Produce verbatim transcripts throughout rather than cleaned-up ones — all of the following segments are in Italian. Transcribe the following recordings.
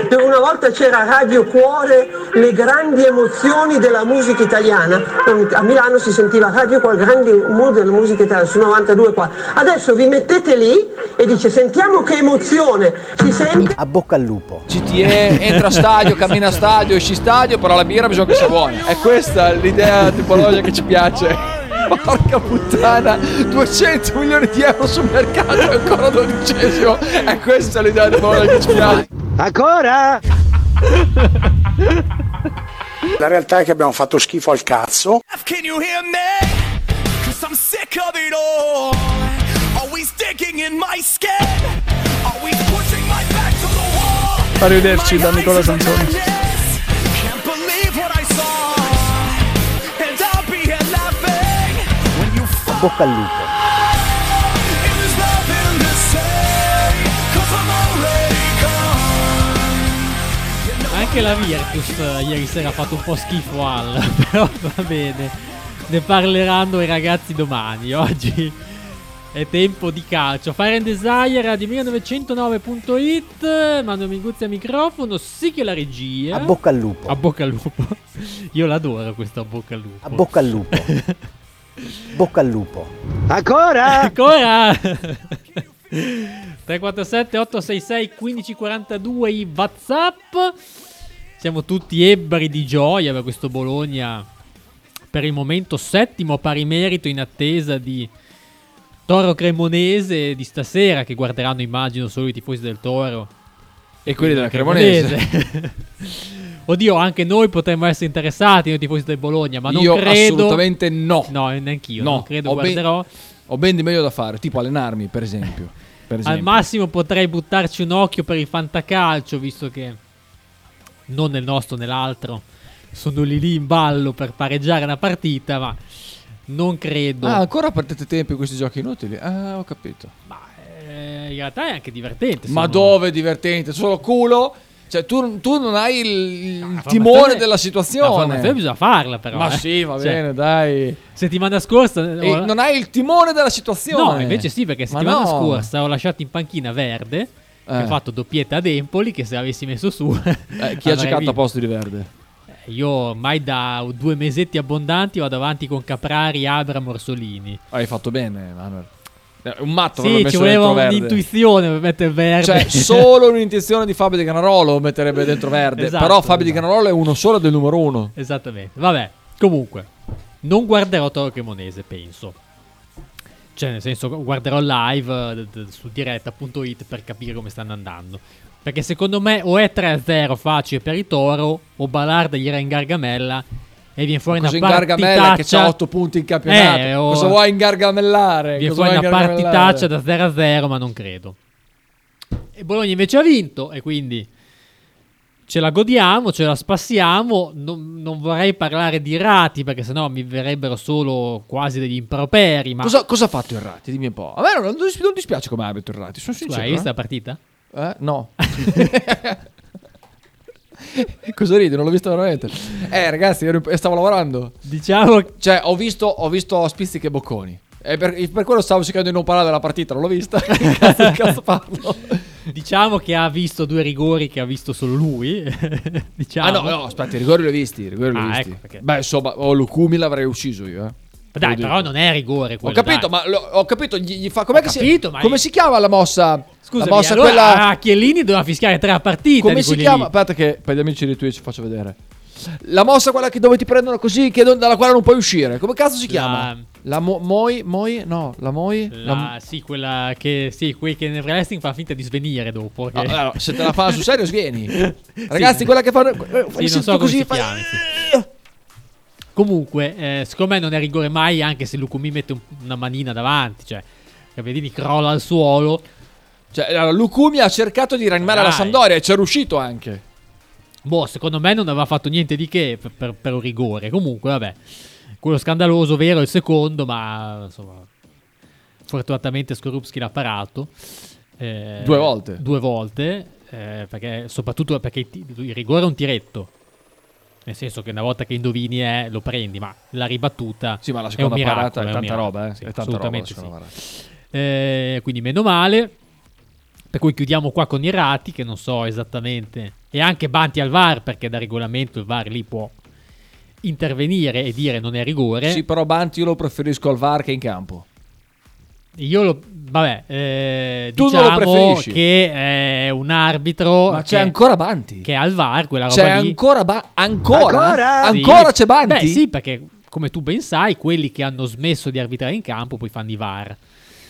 dove una volta c'era Radio Cuore, le grandi emozioni della musica italiana. A Milano si sentiva Radio Cuore, grandi emozioni della musica italiana, su novantadue qua. Adesso vi mettete lì e dice sentiamo che emozione si sente. A bocca al lupo. C T E, entra a stadio, cammina a stadio, esci stadio, però la birra bisogna che sia buona. È questa l'idea tipologica che ci piace. Porca puttana, duecento milioni di euro sul mercato e ancora dodicesimo. È questa l'idea tipologica che ci piace. Ancora? La realtà è che abbiamo fatto schifo al cazzo. Can you hear me? 'Cause I'm sick of it all. Always digging in my skin. Always pushing my back to the wall. Arrivederci da Nicola Sansoni. Can't believe what I saw. And I'll be here laughing when you fall. A bocca al lupo. It was nothing to say, 'cause I'm already gone. Anche la Virtus eh, ieri sera ha fatto un po' schifo al, però va bene, ne parleranno i ragazzi domani. Oggi è tempo di calcio. Fire and Desire di millenovecentonove punto it. Mando Minguzzi a microfono, sì che la regia. A bocca al lupo. A bocca al lupo. Io l'adoro questo a bocca al lupo. A bocca al lupo. Bocca al lupo. Ancora? Ancora. tre quattro sette otto sei sei uno cinque quattro due i WhatsApp. Siamo tutti ebbri di gioia per questo Bologna, per il momento settimo a pari merito, in attesa di Toro Cremonese di stasera, che guarderanno, immagino, solo i tifosi del Toro E quelli della Cremonese. Oddio, anche noi potremmo essere interessati, noi tifosi del Bologna, ma non Io credo. assolutamente no. No, neanch'io. No, non credo ho guarderò. Ben, ho ben di meglio da fare, tipo allenarmi, per esempio. Per esempio. Al massimo potrei buttarci un occhio per il fantacalcio, visto che non nel nostro, nell'altro sono lì lì in ballo per pareggiare una partita, ma non credo. Ah, ancora perdete tempo in questi giochi inutili? Ah, ho capito. Ma eh, in realtà è anche divertente. Ma sono- dove è divertente? Solo culo? Cioè, tu, tu non hai il, il La timore formazione- della La situazione. formazione bisogna farla, però. Ma eh. sì, va Cioè, bene, dai. settimana scorsa. E ho- non hai il timone della situazione. No, invece sì, perché Ma settimana no. scorsa ho lasciato in panchina Verde, che ha Eh. fatto doppietta ad Empoli, che se l'avessi messo su... Eh, chi ha avrei giocato a vinto. posto di Verde? Eh, Io ormai da due mesetti abbondanti vado avanti con Caprari, Abram, Orsolini. Hai fatto bene, Manuel. Eh, Un matto Sì, avrebbe ci messo voleva dentro Verde. un'intuizione per mettere Verde. Cioè, solo un'intenzione di Fabio Di Cannarolo metterebbe dentro Verde. Esatto, Però Fabio Di esatto. Cannarolo è uno solo del numero uno. Esattamente. Vabbè, comunque, non guarderò Toro Cremonese, penso. Cioè, nel senso, guarderò live eh, d- d- su diretta punto it per capire come stanno andando. Perché secondo me o è tre a zero facile per i Toro, o Balard gli era in Gargamella e viene fuori Così in una Gargamella che partitaccia. c'ha otto punti in campionato. Eh, o- Cosa vuoi ingargamellare? Viene Cosa fuori vuoi una ingargamellare? partitaccia da zero a zero, ma non credo. E Bologna invece ha vinto, e quindi ce la godiamo, ce la spassiamo. Non, non vorrei parlare di Rati, perché sennò mi verrebbero solo quasi degli improperi. Ma Cosa, cosa ha fatto il Ratti? Dimmi un po'. A me non, non dis- non dispiace come arbitro il Ratti, sono Scusa, sincero. hai visto eh. la partita? Eh? No. Cosa ridi? Non l'ho visto veramente. Eh, ragazzi, ero- stavo lavorando. Diciamo Cioè, ho visto, ho visto Spizzichi e Bocconi. E per, per quello stavo cercando di non parlare della partita, non l'ho vista. Che cazzo, che cazzo parlo? Diciamo che ha visto due rigori che ha visto solo lui. Diciamo. Ah, no, no, aspetta, i rigori li ho visti. I rigori li ho Ah, visti. ecco, perché- Beh, insomma, oh, Lucumi l'avrei ucciso io, eh. Dai, Devo però dire. non è rigore Ho quello. capito, dai. ma lo- ho capito. Gli, gli fa. Com'è Ho che capito, si, ma come io- si chiama la mossa? Scusami, la mossa allora quella. a Chiellini doveva fischiare tre a partita. Come di si quelli chiama? lì. Aspetta, che per gli amici di Twitch faccio vedere. La mossa quella che dove ti prendono così, che non- dalla quale non puoi uscire. Come cazzo si chiama? La- La mo- Moi, Moi, no, la Moi. La, la- sì, quella che sì, quei che nel wrestling fa finta di svenire dopo. Che... Ah, allora, se te la fanno sul serio, svieni. Ragazzi, quella che fanno. eh, Sì, non so come così si fa- chiami, sì. Comunque, eh, secondo me non è rigore mai, anche se Lucumi mette un- una manina davanti. Cioè, Cavallini crolla al suolo. Cioè, allora, Lucumi ha cercato di rianimare la Dai. Sampdoria e ci è riuscito anche. Boh, secondo me non aveva fatto niente di che per, per- per un rigore. Comunque, vabbè. Quello scandaloso, vero, è il secondo, ma insomma, fortunatamente Skorupski l'ha parato. Eh, Due volte. Due volte. eh, perché, soprattutto perché il, ti- il rigore è un tiretto. Nel senso che una volta che indovini è, lo prendi, ma la ribattuta Sì, ma la è un seconda miracolo, parata è un tanta miracolo. roba, eh. Sì, È tanta roba la assolutamente seconda sì. parata. Eh, quindi meno male, Per cui chiudiamo qua con i rati, che non so esattamente. E anche Banti al V A R, perché da regolamento il V A R lì può intervenire e dire non è rigore. Sì, però Banti io lo preferisco al V A R che in campo. Io lo... Vabbè, eh, Tu non lo diciamo preferisci? che è un arbitro... Ma che- c'è ancora Banti. Che ha il V A R, quella roba C'è lì. ancora ba- ancora? Ancora? Ancora Sì. c'è Banti? Beh sì, perché come tu ben sai, quelli che hanno smesso di arbitrare in campo poi fanno i V A R.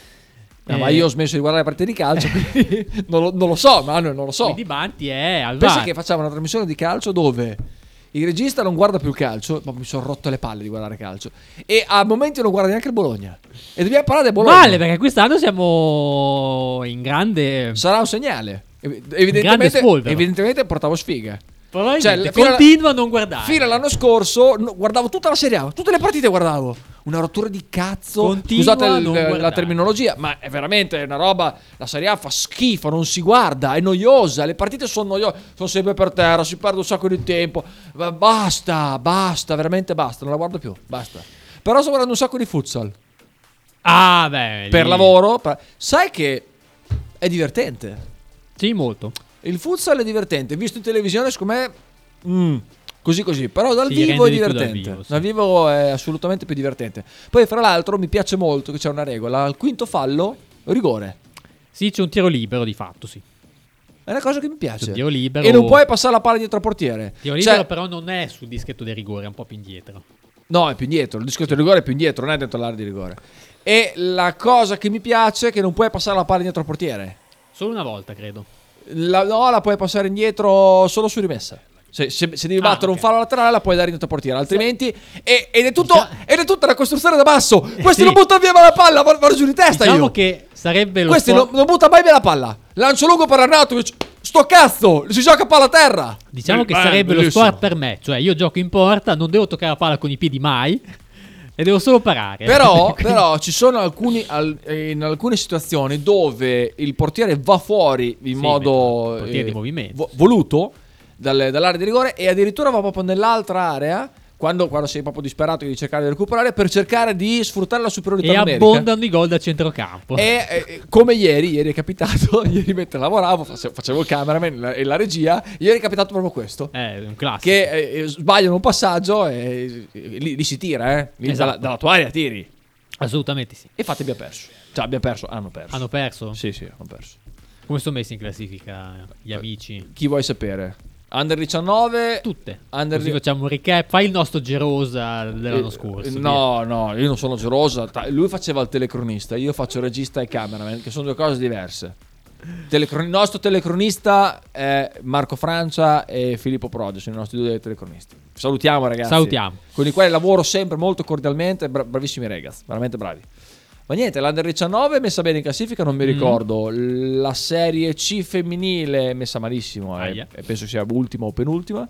No, ma Eh, io ho smesso di guardare le partite di calcio, quindi non, lo, non lo so, Manuel, non lo so. Quindi Banti è al V Pensa A R. che facciamo una trasmissione di calcio dove il regista non guarda più il calcio, ma mi sono rotto le palle di guardare calcio. E a momenti non guarda neanche il Bologna. E dobbiamo parlare del Bologna. Male, perché quest'anno siamo in grande... Sarà un segnale. Ev- grande Evidentemente, spolvero. evidentemente portavo sfiga. Probabilmente Cioè, fino alla- continua a non guardare. Fino all'anno scorso no, guardavo tutta la Serie A, tutte le partite guardavo. Una rottura di cazzo. Continua Scusate a il- non la guardare. terminologia, ma è veramente una roba. La Serie A fa schifo, non si guarda, è noiosa. Le partite sono noiose, sono sempre per terra, si perde un sacco di tempo. Ma basta, basta, veramente basta. Non la guardo più, basta. Però sto guardando un sacco di futsal. Ah, beh. Per lì- lavoro. per- Sai che è divertente. Sì, molto. Il futsal è divertente, visto in televisione, secondo me. mm, così così. Però dal Si vivo è rende di più dal divertente. vivo, sì. Dal vivo è assolutamente più divertente. Poi, fra l'altro, mi piace molto che c'è una regola: al quinto fallo, rigore. Sì, c'è un tiro libero di fatto, sì. È una cosa che mi piace. C'è un tiro libero. E non puoi passare la palla dietro al portiere. Tiro Cioè, libero però non è sul dischetto del rigore, è un po' più indietro. no, è più indietro. Il discorso del rigore è più indietro, non è dentro l'area di rigore. E la cosa che mi piace è che non puoi passare la palla dietro al portiere. Solo una volta, credo. La, no, la puoi passare indietro solo su rimessa. Se, se- se devi Ah, battere ok. un fallo laterale, la puoi dare dietro al portiere. Altrimenti. e- ed, è tutto, Diciamo- ed è tutta una costruzione da basso. Questi sì. non buttano via la palla, va, va giù di testa. Diciamo io. che sarebbe lo Questi sport- non, non buttano mai via la palla. Lancio lungo per Arnautovic. Sto cazzo, si gioca palla a terra. Diciamo che Eh, sarebbe lo bellissimo. sport per me. Cioè, io gioco in porta, non devo toccare la palla con i piedi mai. E devo solo parare. Però, Quindi- però ci sono alcuni, al- in alcune situazioni dove il portiere va fuori in Sì, modo il portiere di movimento. vo- voluto dal- dall'area di rigore e addirittura va proprio nell'altra area quando, quando sei proprio disperato di cercare di recuperare per cercare di sfruttare la superiorità E numerica. abbondano i gol da centrocampo. E eh, come ieri, ieri è capitato, ieri mentre lavoravo, face- facevo il cameraman la- e la regia, ieri è capitato proprio questo. È un classico. Che eh, sbagliano un passaggio e eh, lì, lì si tira, eh. Lì Esatto. dalla, dalla tua area tiri. Assolutamente sì. E infatti abbiamo perso. Cioè abbiamo perso, hanno perso. Hanno perso? Sì, sì, hanno perso. Come sono messi in classifica gli amici? Chi vuoi sapere? Under diciannove. Tutte. Under Così facciamo un recap. Fai il nostro Gerosa dell'anno Eh, scorso. No, no, io non sono gelosa. Ta- Lui faceva il telecronista, io faccio il regista e cameraman, che sono due cose diverse. Telecron- il nostro telecronista è Marco Francia e Filippo Prodi, sono i nostri due telecronisti. Salutiamo ragazzi. Salutiamo. Con i quali lavoro sempre molto cordialmente, bra- bravissimi ragazzi, veramente bravi. Ma niente, l'Under diciannove è messa bene in classifica, non mi Mm. ricordo. La Serie C femminile è messa malissimo, e Aia. penso sia ultima o penultima.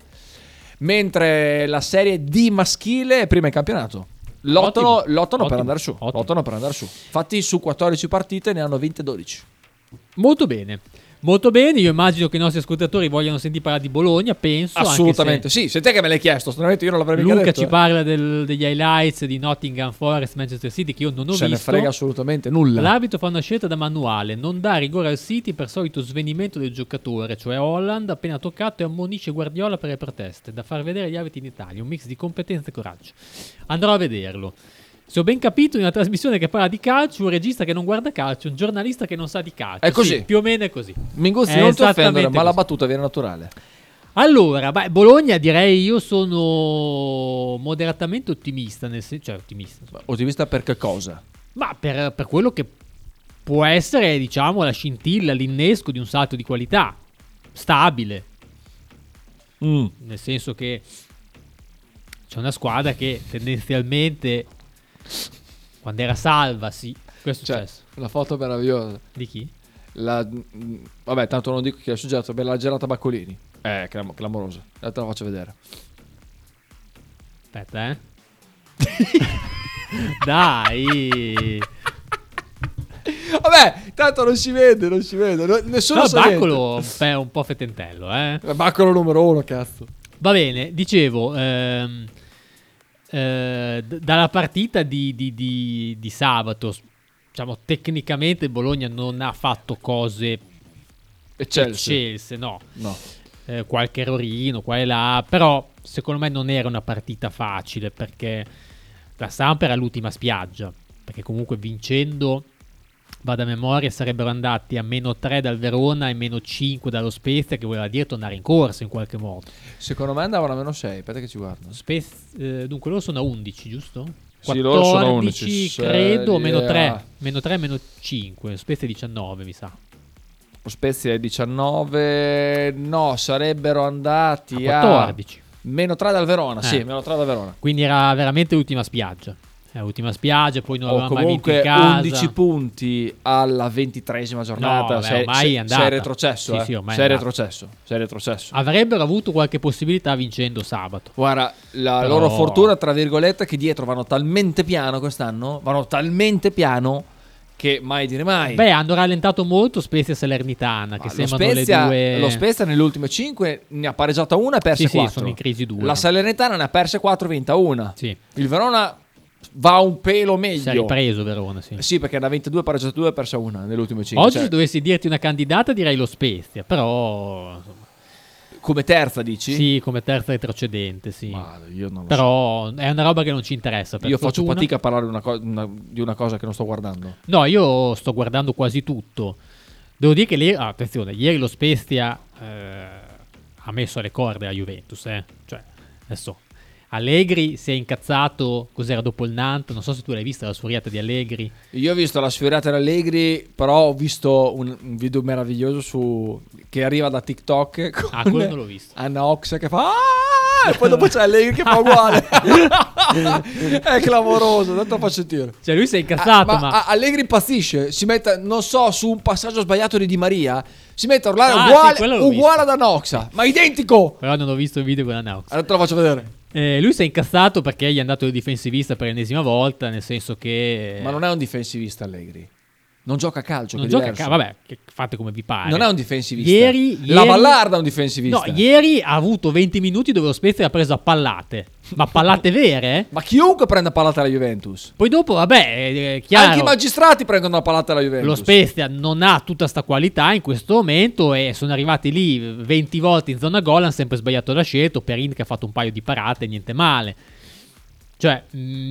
Mentre la Serie D maschile è prima in campionato. Lottano, Ottimo. lottano per Ottimo. andare su. Ottimo. Lottano per andare su. Infatti su quattordici partite ne hanno vinte dodici. Molto bene. Molto bene. Io immagino che i nostri ascoltatori vogliano sentire parlare di Bologna. Penso. anche Assolutamente se sì, se te che me l'hai chiesto, stranamente io non l'avrei mica Luca detto. ci eh. parla del- degli highlights di Nottingham Forest, Manchester City, che io non ho Se ne visto. frega assolutamente nulla. L'arbitro fa una scelta da manuale, non dà rigore al City per solito svenimento del giocatore, cioè Holland appena toccato e ammonisce Guardiola per le proteste, da far vedere agli arbitri in Italia, un mix di competenza e coraggio. Andrò a vederlo. Se ho ben capito, in una trasmissione che parla di calcio, un regista che non guarda calcio, un giornalista che non sa di calcio. È così. Sì, più o meno è così. Minguzzi, È non ti offendere, esattamente ma la così. battuta viene naturale. Allora, beh, Bologna direi io sono moderatamente ottimista, nel senso, cioè ottimista, insomma. Ottimista per che cosa? Ma per, per quello che può essere, diciamo, la scintilla, l'innesco di un salto di qualità stabile. Mm. Nel senso che c'è una squadra che tendenzialmente, quando era salva, sì. Questo è Cioè, successo. la foto meravigliosa. Di chi? La, mm, vabbè, tanto non dico chi è il soggetto, per la gelata Baccolini. Eh, clam- clamorosa. Adesso te la faccio vedere. Aspetta, eh. Dai. Vabbè, tanto non si vede, non si vede. no- Nessuno No, sa niente. Baccolo è un po' fetentello, eh. Eh, Baccolo numero uno, cazzo. Va bene, dicevo, ehm, eh, d- dalla partita di, di- di- di sabato, s- diciamo, tecnicamente il Bologna non ha fatto cose E Chelsea. e Chelsea, no. No. Eh, qualche errorino qua e là, però secondo me non era una partita facile, perché la Samp era l'ultima spiaggia, perché comunque vincendo, vado a memoria, sarebbero andati a meno tre dal Verona e meno cinque dallo Spezia, che voleva dire tornare in corsa in qualche modo. Secondo me andavano a meno sei, aspetta che ci guardo. Spez- eh, dunque loro sono a undici, giusto? Sì, loro sono a quattordici, undici, credo, Serie meno A. tre, meno tre, meno cinque, Spezia diciannove mi sa. Lo Spezia è diciannove, no, sarebbero andati A a, quattordici. meno tre dal Verona, Eh. sì, meno tre dal Verona. Quindi era veramente l'ultima spiaggia. È l'ultima spiaggia, poi non O avevamo mai vinto in comunque casa. undici punti alla ventitresima giornata. No, vabbè, sei, ormai sei- è andata. sei retrocesso, Sì, eh. sì, ormai è sei andata. retrocesso, sei retrocesso. Avrebbero avuto qualche possibilità vincendo sabato. Guarda, la Però- loro fortuna, tra virgolette, è che dietro vanno talmente piano quest'anno, vanno talmente piano che mai dire mai. Beh, hanno rallentato molto Spezia e Salernitana, che Ah, lo, sembrano Spezia, le due. lo Spezia nelle ultime cinque ne ha pareggiata una e perse Sì, sì, quattro. sono in crisi due. La Salernitana ne ha perse quattro e vinta una. Sì. Il Verona va un pelo meglio. Si è ripreso Verona, sì. Sì, perché da ventidue ha pareggiato due e persa una nelle ultime cinque. Oggi Cioè, se dovessi dirti una candidata direi lo Spezia, però insomma, come terza dici? sì, come terza retrocedente, sì. Ma io non lo Però è una roba che non ci interessa. so. Per Io faccio fortuna. fatica a parlare di una, co- una- di una cosa che non sto guardando. No, io sto guardando quasi tutto. Devo dire che lì, ah, attenzione, ieri lo Spezia eh, ha messo alle corde la Juventus, eh. Cioè, adesso Allegri si è incazzato, cos'era dopo il Nantes, non so se tu l'hai vista la sfuriata di Allegri. Io ho visto la sfuriata Allegri, però ho visto un, un video meraviglioso su che arriva da TikTok con Ah, quello non l'ho visto. Anna Ox che fa "Ah!" e poi dopo c'è Allegri che fa uguale. È clamoroso, tanto lo faccio sentire. Cioè lui si è incazzato, Ah, ma, ma, Allegri impazzisce, si mette, non so, su un passaggio sbagliato di Di Maria, si mette a urlare Ah, uguale, sì, quello l'ho uguale ad Anoxa, ma identico. però non ho visto il video con Anaux. Allora te lo faccio vedere. Eh, lui si è incazzato perché gli è andato il difensivista per l'ennesima volta, nel senso che Ma non è un difensivista Allegri. Non gioca a calcio, non che è gioca a diverso. ca- vabbè, che fate come vi pare. Non è un difensivista. Ieri, La ieri- Ballarda è un difensivista. No, ieri ha avuto venti minuti dove lo Spezia l'ha preso a pallate. Ma pallate vere, eh? Ma chiunque prenda pallata alla Juventus. Poi dopo, vabbè, è chiaro, Anche i magistrati prendono la pallata alla Juventus. lo Spezia non ha tutta sta qualità in questo momento e sono arrivati lì venti volte in zona gol, hanno sempre sbagliato la scelta. Perin che ha fatto un paio di parate, niente male. Cioè, mh,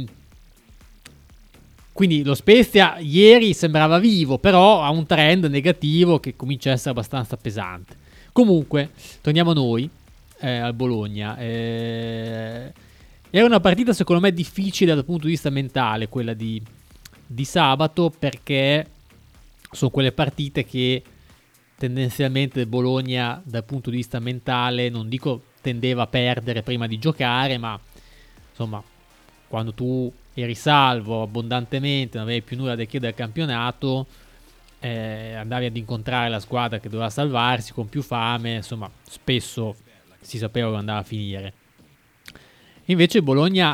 quindi lo Spezia ieri sembrava vivo, però ha un trend negativo che comincia a essere abbastanza pesante. Comunque, torniamo a noi, eh, al Bologna. Eh, era una partita secondo me difficile dal punto di vista mentale, quella di, di sabato, perché sono quelle partite che tendenzialmente il Bologna dal punto di vista mentale, non dico tendeva a perdere prima di giocare, ma insomma quando tu eri salvo abbondantemente, non avevi più nulla da chiedere al campionato, eh, andavi ad incontrare la squadra che doveva salvarsi con più fame, insomma spesso si sapeva come andava a finire. Invece il Bologna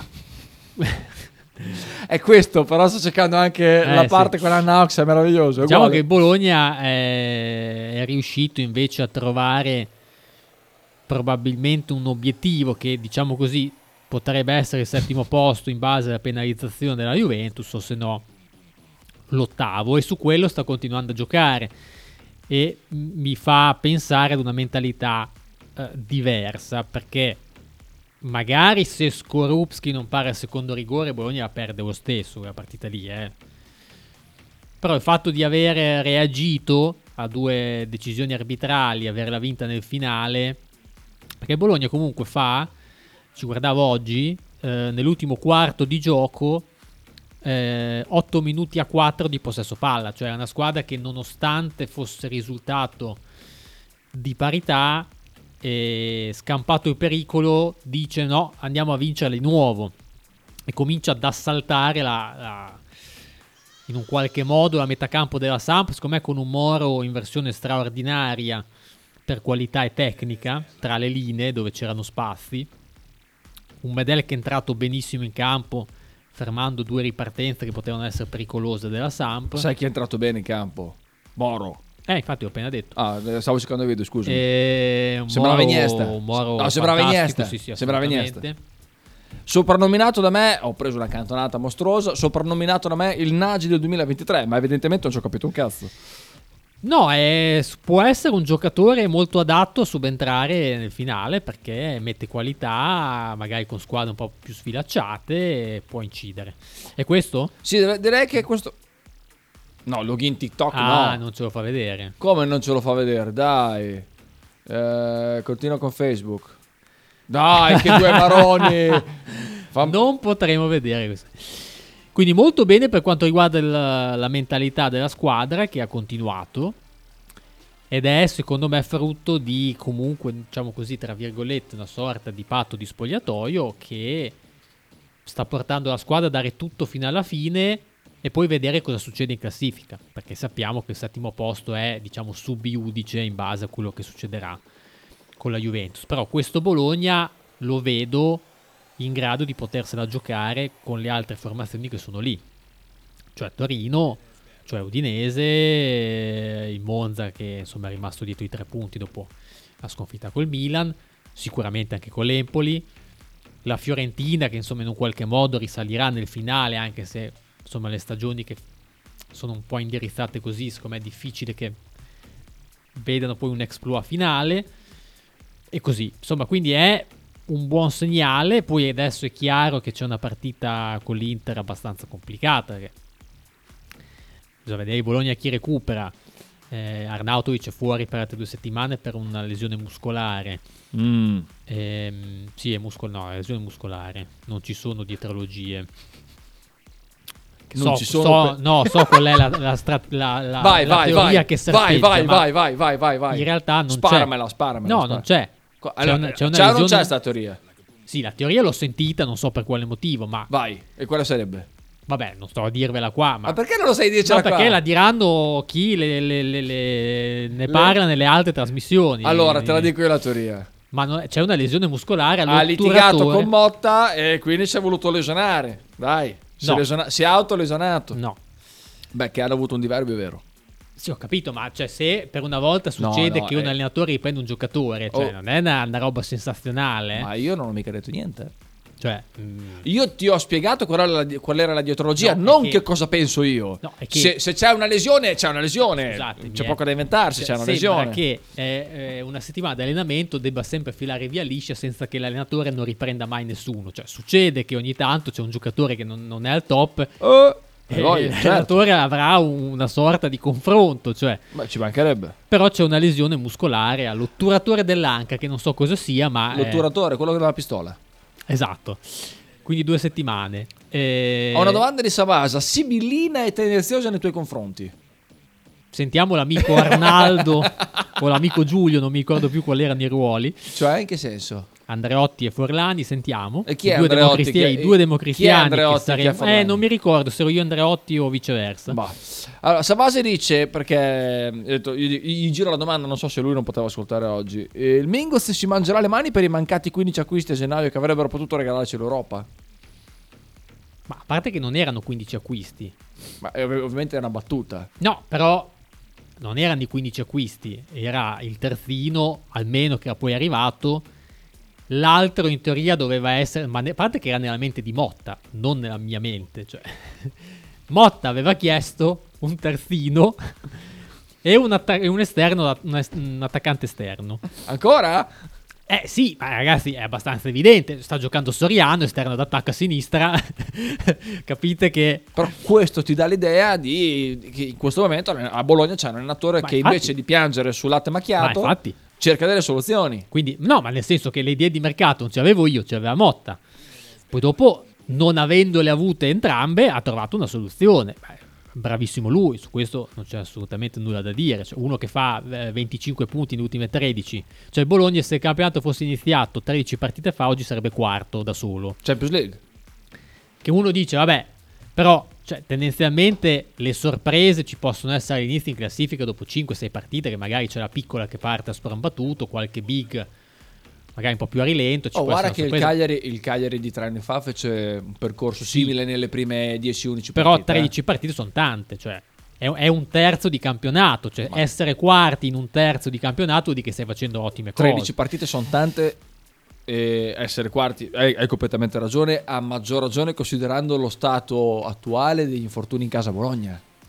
È questo, però sto cercando anche Eh, la sì. parte con Anna Ox, è meraviglioso. è diciamo uguale. che il Bologna è, è riuscito invece a trovare probabilmente un obiettivo che, diciamo così, potrebbe essere il settimo posto in base alla penalizzazione della Juventus, o se no l'ottavo, e su quello sta continuando a giocare e m- mi fa pensare ad una mentalità eh, diversa, perché magari se Skorupski non pare al secondo rigore Bologna la perde lo stesso quella partita lì, eh. Però il fatto di aver reagito a due decisioni arbitrali, averla vinta nel finale, perché Bologna comunque fa, ci guardavo oggi, eh, nell'ultimo quarto di gioco eh, otto minuti a quattro di possesso palla, cioè è una squadra che nonostante fosse risultato di parità, e scampato il pericolo dice no, andiamo a vincere di nuovo e comincia ad assaltare la, la, in un qualche modo la metacampo della Samp, secondo me con un Moro in versione straordinaria per qualità e tecnica tra le linee dove c'erano spazi, un Medel che è entrato benissimo in campo fermando due ripartenze che potevano essere pericolose della Samp. Sai chi è entrato bene in campo? Moro. Eh, infatti ho appena detto. Ah, stavo cercando il video, scusa. E un Sembrava Moro- Iniesta. un Moro No, sembrava fantastico, Iniesta. sì, sì, Sembrava assolutamente. Soprannominato da me, ho preso una cantonata mostruosa, soprannominato da me il Nagy del duemilaventitré, ma evidentemente non ci ho capito un cazzo. No, è, può essere un giocatore molto adatto a subentrare nel finale perché mette qualità, magari con squadre un po' più sfilacciate, e può incidere. E questo? Sì, direi che questo... No, login TikTok Ah, no. non ce lo fa vedere. Come non ce lo fa vedere? Dai. Eh, continua con Facebook. Dai, che due maroni. Fa... Non potremo vedere questo. Quindi molto bene per quanto riguarda il, la mentalità della squadra, che ha continuato. Ed è secondo me frutto di, comunque, diciamo così, tra virgolette, una sorta di patto di spogliatoio che sta portando la squadra a dare tutto fino alla fine e poi vedere cosa succede in classifica, perché sappiamo che il settimo posto è, diciamo, subiudice in base a quello che succederà con la Juventus. Però questo Bologna lo vedo in grado di potersela giocare con le altre formazioni che sono lì, cioè Torino, cioè Udinese, il Monza che insomma è rimasto dietro i tre punti dopo la sconfitta col Milan, sicuramente anche con l'Empoli, la Fiorentina che insomma in un qualche modo risalirà nel finale, anche se insomma le stagioni che sono un po' indirizzate così, secondo me è difficile che vedano poi un exploit finale e così, insomma, quindi è un buon segnale. Poi adesso è chiaro che c'è una partita con l'Inter abbastanza complicata, perché bisogna vedere il Bologna chi recupera. eh, Arnautovic è fuori per altre due settimane per una lesione muscolare. mm. Ehm, sì, è muscol- no, è lesione muscolare, non ci sono dietrologie. Non so, ci sono so, que- no, so qual è la, la, stra- la, la, vai, la vai, teoria vai, che vai, serpeggia, vai, ma vai, vai, vai, vai, vai. in realtà non sparamela, c'è. sparamela, No, spara. non c'è. Qua- C'è allora, una- c'è una c'è o non lesione- c'è sta teoria? Sì, la teoria l'ho sentita, non so per quale motivo, ma Vai, e quale sarebbe? vabbè, non sto a dirvela qua. Ma, Ma perché non lo sai dircela no, qua? perché la diranno chi le, le- le- le- ne parla nelle altre trasmissioni. Allora, te la dico io la teoria. Ma non- c'è una lesione muscolare Ha litigato all'otturatore. con Motta e quindi si è voluto lesionare. Dai, si, No. è, lesiona- si è autolesionato. No. Beh, che hanno avuto un diverbio, vero? Sì, ho capito, ma cioè, se per una volta succede no, che un eh. allenatore riprende un giocatore, cioè Oh. non è una, una roba sensazionale. Ma io non ho mica detto niente. Cioè, mm, Io ti ho spiegato qual era la, di- qual era la dietrologia, No, è non che- che cosa penso io. No, è che- se, se c'è una lesione, c'è una lesione. scusatemi, c'è eh. poco da inventarsi, Cioè, c'è una sembra lesione. che eh, eh, una settimana di allenamento debba sempre filare via liscia senza che l'allenatore non riprenda mai nessuno. Cioè, succede che ogni tanto c'è un giocatore che non, non è al top Oh, e voglio, certo. l'allenatore avrà una sorta di confronto, cioè. Beh, ci mancherebbe. Però c'è una lesione muscolare all'otturatore dell'anca che non so cosa sia, ma... eh, L'otturatore, quello della pistola. esatto. Quindi due settimane. Eh, Ho una domanda di Savasa, sibillina e tendenziosa nei tuoi confronti. Sentiamo l'amico Arnaldo o l'amico Giulio, non mi ricordo più quali erano i ruoli. Cioè, in che senso? Andreotti e Forlani, sentiamo. E chi è I due Andreotti? democristiani, Chi è- i due chi è democristiani Andreotti che e chi è saremo... Forlani? Eh, non mi ricordo se ero io Andreotti o viceversa. Bah. Allora, Savasi dice, perché ho detto, gli, gli giro la domanda, non so se lui non poteva ascoltare oggi. Eh, il Mingos si mangerà le mani per i mancati quindici acquisti a gennaio che avrebbero potuto regalarci l'Europa? Ma a parte che non erano quindici acquisti. Ma eh, ov- ovviamente è una battuta. No, però non erano i quindici acquisti, era il terzino, almeno che era poi arrivato. L'altro in teoria doveva essere, ma ne- a parte che era nella mente di Motta, non nella mia mente, cioè Motta aveva chiesto un terzino e un, atta- e un esterno, un, est- un attaccante esterno. Ancora? Eh sì, ma ragazzi è abbastanza evidente, sta giocando Soriano, esterno d'attacco a sinistra, capite che... Però questo ti dà l'idea di di che in questo momento a Bologna c'è un allenatore Ma che infatti- invece di piangere sul latte Ma macchiato infatti, cerca delle soluzioni. quindi no, ma nel senso che le idee di mercato non ce l'avevo io, ce l'aveva Motta. Poi dopo, non avendole avute entrambe, ha trovato una soluzione. Beh, bravissimo lui, su questo non c'è assolutamente nulla da dire. Cioè, uno che fa eh, venticinque punti nelle ultime tredici. Cioè il Bologna, se il campionato fosse iniziato tredici partite fa, oggi sarebbe quarto da solo. Champions League. Che uno dice, vabbè, però cioè, tendenzialmente le sorprese ci possono essere all'inizio in classifica dopo cinque sei partite, che magari c'è la piccola che parte a sprombattuto, qualche big magari un po' più a rilento. Ci Oh, può guarda essere che una il sorpresa. Cagliari, il Cagliari di tre anni fa fece un percorso simile nelle prime dieci undici Però partite. eh. tredici partite sono tante, cioè è, è un terzo di campionato, cioè Ma- essere quarti in un terzo di campionato vuol dire che stai facendo ottime cose. tredici partite sono tante e essere quarti, hai, hai completamente ragione, a maggior ragione considerando lo stato attuale degli infortuni in casa Bologna.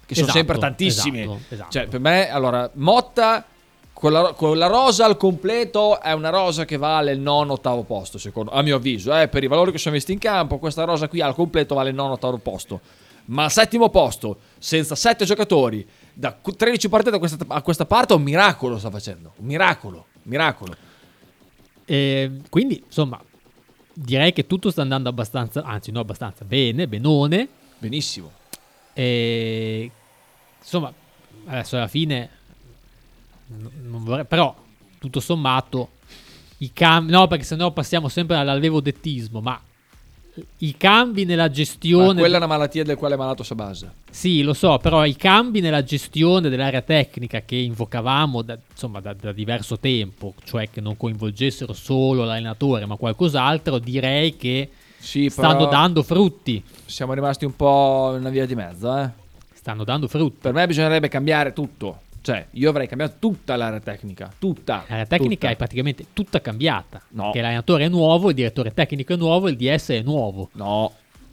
che sono Esatto, sempre tantissimi. esatto, esatto. Cioè, per me, allora, Motta con la, con la rosa al completo è una rosa che vale il nono ottavo posto, secondo, a mio avviso, eh, per i valori che sono messi in campo. Questa rosa qui al completo vale il nono ottavo posto, ma al settimo posto, senza sette giocatori, da tredici partite a questa, a questa parte, un miracolo sta facendo, un miracolo, miracolo. E quindi, insomma, direi che tutto sta andando abbastanza, anzi no abbastanza, bene, benone. Benissimo. E insomma, adesso alla fine non vorrei, però tutto sommato i cambi, no, perché sennò passiamo sempre all'alevodettismo, ma i cambi nella gestione, ma quella è una malattia del quale è malato Sabasa. sì, lo so, però i cambi nella gestione dell'area tecnica che invocavamo da, insomma, da, da diverso tempo, cioè che non coinvolgessero solo l'allenatore ma qualcos'altro, direi che Sì, stanno però dando frutti. siamo rimasti un po' in una via di mezzo, eh. Stanno dando frutti. Per me bisognerebbe cambiare tutto. Cioè, io avrei cambiato tutta l'area tecnica, tutta. L'area tecnica tutta. è praticamente tutta cambiata. No. Che l'allenatore è nuovo, il direttore tecnico è nuovo, il D S è nuovo. No.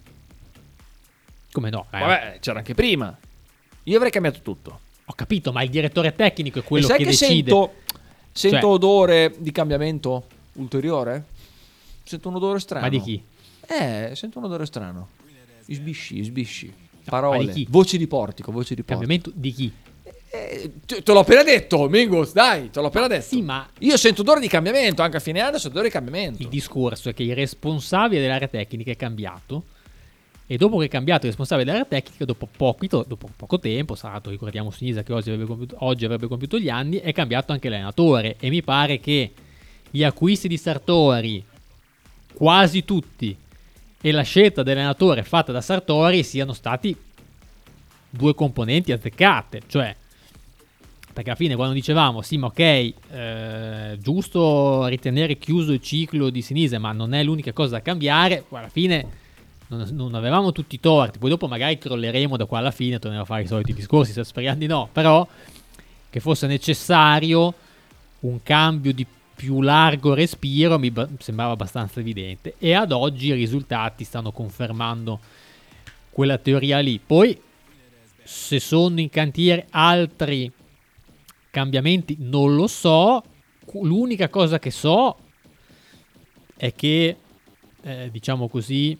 Come no? Eh, Vabbè, c'era anche prima. Io avrei cambiato tutto. Ho capito, ma il direttore tecnico è quello e sai che, che, decide. sento, sento Cioè- odore di cambiamento ulteriore? Sento un odore strano. Ma di chi? Eh, sento un odore strano. Sbisci, sbisci. ma Parole. di chi? Voci di portico, voci di portico. Cambiamento di chi? Eh, te, te l'ho appena detto, Mingus, dai, te l'ho appena detto. Sì, ma Io sento odore di cambiamento, anche a fine anno sento odore di cambiamento. il discorso è che il responsabile dell'area tecnica è cambiato. E dopo che è cambiato il responsabile dell'area tecnica, dopo, pochi, dopo poco tempo, sarà, ricordiamo Sinisa che oggi avrebbe, compiuto, oggi avrebbe compiuto gli anni, è cambiato anche l'allenatore. E mi pare che gli acquisti di Sartori, quasi tutti, e la scelta dell'allenatore fatta da Sartori siano stati due componenti azzeccate. Cioè, perché alla fine quando dicevamo sì ma ok, eh, giusto ritenere chiuso il ciclo di Sinisa, ma non è l'unica cosa da cambiare, alla fine non, non avevamo tutti i torti. Poi dopo magari crolleremo da qua alla fine, torneremo a fare i soliti discorsi, speriamo di no, però che fosse necessario un cambio di più largo respiro mi ba- sembrava abbastanza evidente, e ad oggi i risultati stanno confermando quella teoria lì. Poi se sono in cantiere altri cambiamenti non lo so. L'unica cosa che so è che eh, diciamo così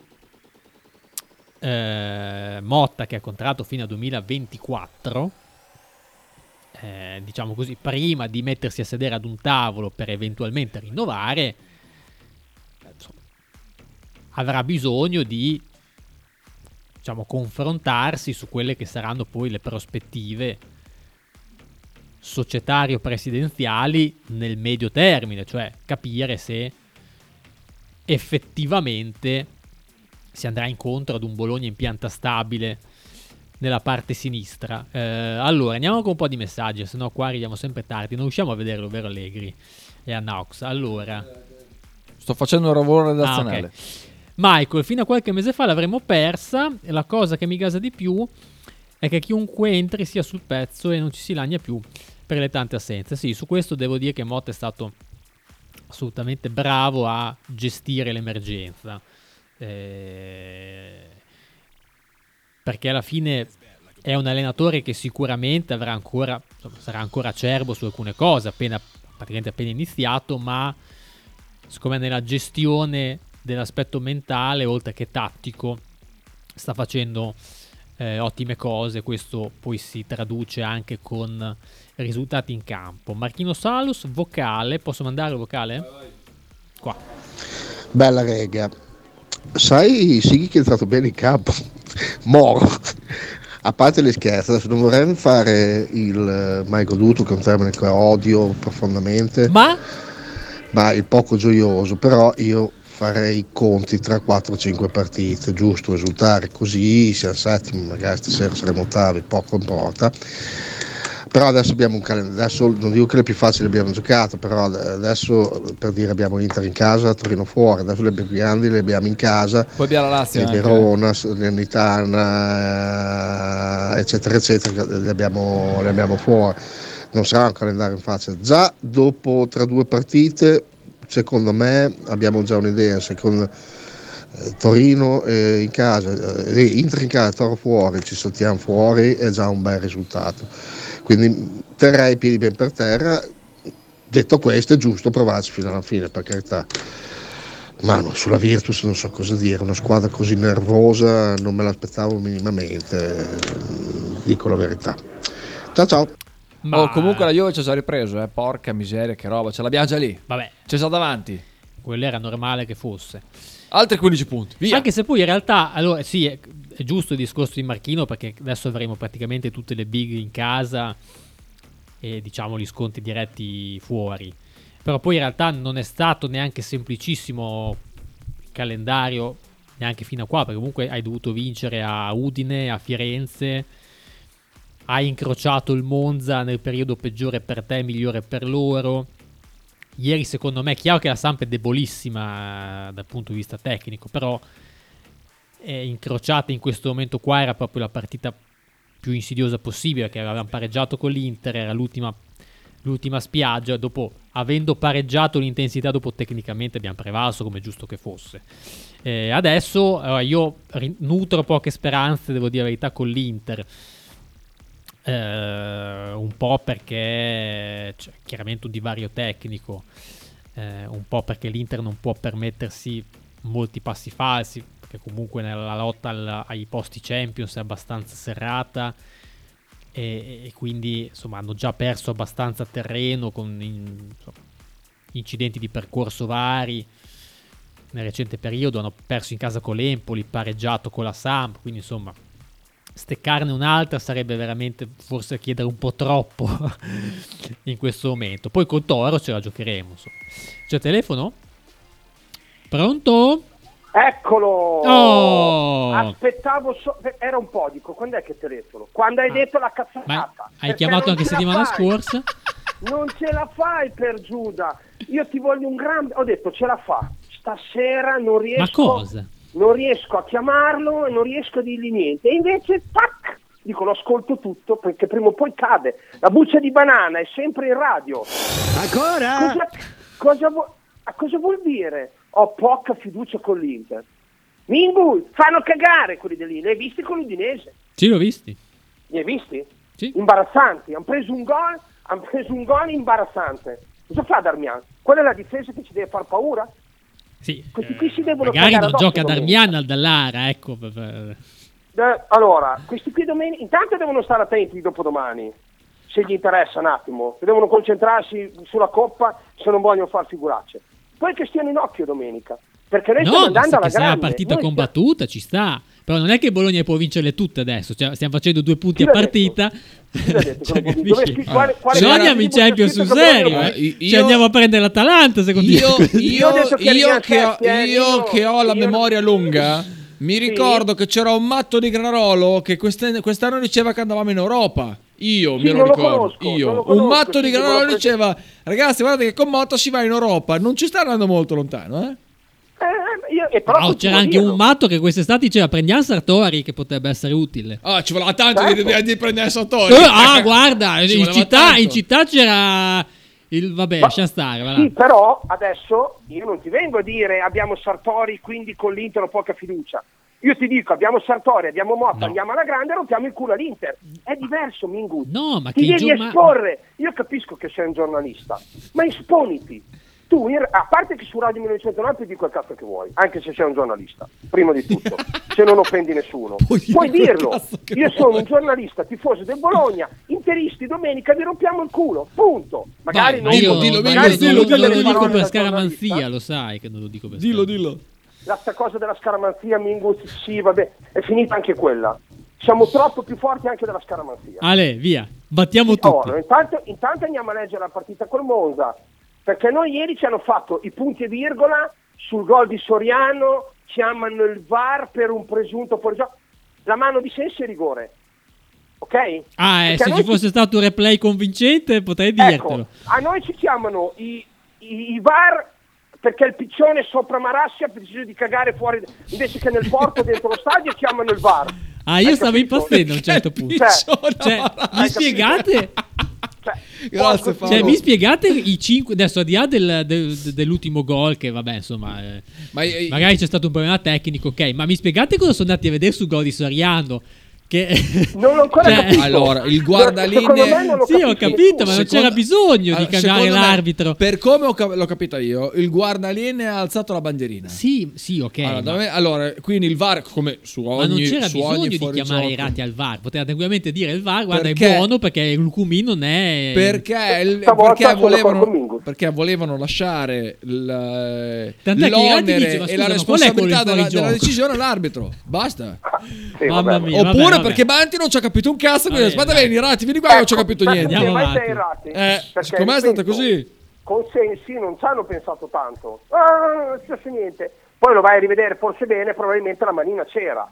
eh, Motta, che ha contratto fino al duemilaventiquattro, eh, diciamo così, prima di mettersi a sedere ad un tavolo per eventualmente rinnovare, insomma, avrà bisogno di, diciamo, confrontarsi su quelle che saranno poi le prospettive societario-presidenziali nel medio termine, cioè capire se effettivamente si andrà incontro ad un Bologna in pianta stabile nella parte sinistra. Eh, allora, andiamo con un po' di messaggi, se no qua arriviamo sempre tardi, non riusciamo a vederlo, vero Allegri e a Naux. Allora, Sto facendo un lavoro ah, redazionale. ok. Michael, fino a qualche mese fa l'avremmo persa, e la cosa che mi gasa di più è che chiunque entri sia sul pezzo e non ci si lagna più per le tante assenze. Sì, su questo devo dire che Motta è stato assolutamente bravo a gestire l'emergenza, eh, perché alla fine è un allenatore che sicuramente avrà ancora, insomma, sarà ancora acerbo su alcune cose, appena, praticamente appena iniziato, ma siccome nella gestione dell'aspetto mentale oltre che tattico sta facendo eh, ottime cose. Questo poi si traduce anche con risultati in campo. Marchino Salus, vocale, posso mandare il vocale? Qua. Bella rega, sai Sighi che è entrato bene in campo? Moro, a parte le scherze, adesso non vorrei fare il mai goduto, che è un termine che odio profondamente, Ma? ma il poco gioioso, però io farei i conti tra quattro cinque partite, giusto esultare così, siamo settimi, magari stasera saremo ottavi, poco importa. Però adesso abbiamo un calendario, adesso non dico che le più facili abbiamo giocato, però adesso per dire abbiamo l'Inter in casa, Torino fuori, adesso le più grandi le abbiamo in casa, Poi abbiamo la Lazio, il anche. Verona, Salernitana, eccetera eccetera, le abbiamo, le abbiamo fuori. Non sarà un calendario in faccia. Già dopo tra due partite, secondo me, abbiamo già un'idea. Secondo, Eh, Torino eh, in casa, eh, Inter in casa, Toro fuori, ci saltiamo fuori, è già un bel risultato. Quindi terrei i piedi ben per terra. Detto questo, è giusto provarci fino alla fine, per carità. Ma no, sulla Virtus non so cosa dire, una squadra così nervosa non me l'aspettavo minimamente, dico la verità. Ciao ciao. Ma Oh, comunque la Juve ci ha già ripreso, eh. Porca miseria, che roba, ce l'abbiamo già lì. vabbè, C'è già davanti. quello era normale che fosse. Altri quindici punti, via. Anche se poi in realtà, allora sì, è, è giusto il discorso di Marchino, perché adesso avremo praticamente tutte le big in casa e diciamo gli sconti diretti fuori. Però poi in realtà non è stato neanche semplicissimo il calendario, neanche fino a qua, perché comunque hai dovuto vincere a Udine, a Firenze, hai incrociato il Monza nel periodo peggiore per te, migliore per loro. Ieri secondo me è chiaro che la Samp è debolissima dal punto di vista tecnico, però è incrociata in questo momento qua era proprio la partita più insidiosa possibile, perché avevamo pareggiato con l'Inter, era l'ultima, l'ultima spiaggia, dopo avendo pareggiato l'intensità, dopo tecnicamente abbiamo prevalso come giusto che fosse. Eh, adesso eh, io ri- nutro poche speranze, devo dire la verità, con l'Inter. Uh, un po' perché c'è chiaramente un divario tecnico, uh, un po' perché l'Inter non può permettersi molti passi falsi, perché comunque nella lotta al, ai posti Champions è abbastanza serrata e, e quindi insomma hanno già perso abbastanza terreno con in, insomma, incidenti di percorso vari nel recente periodo. Hanno perso in casa con l'Empoli, pareggiato con la Samp, quindi insomma steccarne un'altra sarebbe veramente forse chiedere un po' troppo in questo momento. Poi con Toro ce la giocheremo, insomma. C'è telefono? Pronto? Eccolo! Oh! Aspettavo, so- era un po', dico, quando è che telefono? Quando hai Ah. detto la cazzata. Ma hai Perché chiamato non anche ce la settimana fai. scorsa? Non ce la fai per Giuda. Io ti voglio un grande... Ho detto, ce la fa. Stasera non riesco... Ma cosa? Non riesco a chiamarlo e non riesco a dirgli niente. E invece, tac! Dico, lo ascolto tutto perché prima o poi cade. La buccia di banana è sempre in radio. Ancora? Cosa, cosa, vu- cosa vuol dire? Ho poca fiducia con l'Inter. Mingu, fanno cagare quelli di lì. Li hai visti con l'Udinese? Sì, l'ho visti. Li hai visti? Sì. Imbarazzanti. Hanno preso un gol, hanno preso un gol imbarazzante. Cosa fa Darmian? Quella è la difesa che ci deve far paura? Sì, Questi qui si devono magari cagare non addosso gioca domenica. Darmian al Dallara, ecco. per- per- Eh, allora, questi qui domenica intanto devono stare attenti dopodomani, se gli interessa un attimo, devono concentrarsi sulla Coppa se non vogliono far figuracce. Poi che stiano in occhio domenica, perché noi stiamo No, andando basta alla che sia una grande. partita Noi combattuta, ci sta. Però non è che Bologna può vincerle tutte adesso. Cioè, stiamo facendo due punti Chi a l'ha partita. Chi l'ha detto che Cioè, non può vincere? capisci? Dove- quale- quale Se no gara- andiamo in c'è Champions scritto sul che Bologna serio. non- eh. Io- Ci andiamo a prendere l'Atalanta, secondo Io, me. io, ho detto che io arriva che ho, sette, eh, io io- che ho la io- memoria lunga, mi ricordo che c'era un matto di Granarolo che queste- quest'anno diceva che andavamo in Europa. Io Sì, me lo non lo ricordo. conosco, Io. non lo Un conosco, matto di sì, Granarolo me lo pre- diceva: ragazzi, guardate che con Motta si va in Europa. Non ci sta andando molto lontano, eh? Eh, io- e però No, continuo c'era a anche dirlo. un matto che quest'estate diceva prendiamo Sartori che potrebbe essere utile. Ah, ci voleva tanto Certo. di, di prendere Sartori. Eh, ah, guarda, Ci in voleva città, tanto. in città c'era il vabbè, Ma- lascia stare, va là. Sì, però adesso io non ti vengo a dire abbiamo Sartori, quindi con l'Inter ho poca fiducia. Io ti dico abbiamo Sartori, abbiamo Motta, No. andiamo alla grande e rompiamo il culo all'Inter. È diverso, Mingu. No, ma ti che devi gio- ma- esporre. Io capisco che sei un giornalista, ma esponiti. Tu, in- a parte che su Radio millenovecentonove puoi dire quel cazzo che vuoi, anche se sei un giornalista, prima di tutto, se non offendi nessuno. Puoi dire Puoi quel dirlo. cazzo che Io vuoi. sono un giornalista tifoso del Bologna, interisti domenica vi rompiamo il culo, punto. Magari Vai, non io, dillo, dillo, magari dillo, non, non lo- dillo, non delle lo dico parole per da scaramanzia, giornalista. lo sai che non lo dico per Dillo, scaramanzia. dillo. La sta cosa della scaramanzia, Mingus, sì, vabbè, è finita anche quella. Siamo troppo più forti anche della scaramanzia. Ale, via, battiamo tutti. Allora, intanto, intanto andiamo a leggere la partita col Monza, perché noi ieri ci hanno fatto i punti e virgola sul gol di Soriano, chiamano il V A R per un presunto fuorigioco. La mano di Sensi è rigore, ok? Ah, eh, Perché se a ci noi fosse stato un replay convincente potrei Ecco, dirtelo. a noi ci chiamano i, i, i V A R perché il piccione sopra Marassi ha deciso di cagare fuori invece che nel porto dentro lo stadio, chiamano il V A R. Ah, io Hai stavo capito? impazzendo a un certo punto. Cioè, Cioè, mi Hai spiegate? Cioè, Grazie, porco- Cioè, mi spiegate i cinque adesso, al di là del- del- dell'ultimo gol, che vabbè, insomma, eh, Ma eh, magari c'è stato un problema tecnico, ok, ma mi spiegate cosa sono andati a vedere sul gol di Soriano? Che Non l'ho ancora Cioè- capito. Allora, il Secondo me guardalinee non l'ho sì, ho capito, ma non Secondo- c'era bisogno di Ah, cambiare secondo me, l'arbitro. per come ho cap- l'ho capita io, il guardalinee ha alzato la bandierina. Sì, sì, ok. Allora, da ma, me- allora, quindi il V A R, come su ogni, ma non c'era su bisogno ogni di fuorigioco, chiamare i rati al V A R. Poteva tranquillamente dire il V A R, guarda, Perché- è buono perché il Lucumi non è. perché, il- Stavolta perché, sono d'accordo con volevano, Mingus. perché volevano lasciare il, Tant'è che i rati l'onere dice, ma e la scusa, ma qual è quello responsabilità in della, fuorigioco? della decisione all'arbitro. Basta. Sì, Mamma vabbè. mia. Oppure vabbè, vabbè. perché Banti non ci ha capito un cazzo, quindi Vabbè, aspetta, dai. vieni, Rati, vieni qua, che non ci ho Ecco, capito perché niente. Andiamo mai avanti. sei errati? Eh, Perché, secondo me è stata ripeto, così. Con Sensi non ci hanno pensato tanto. Ah, non successe niente. Poi lo vai a rivedere forse bene, probabilmente la manina c'era.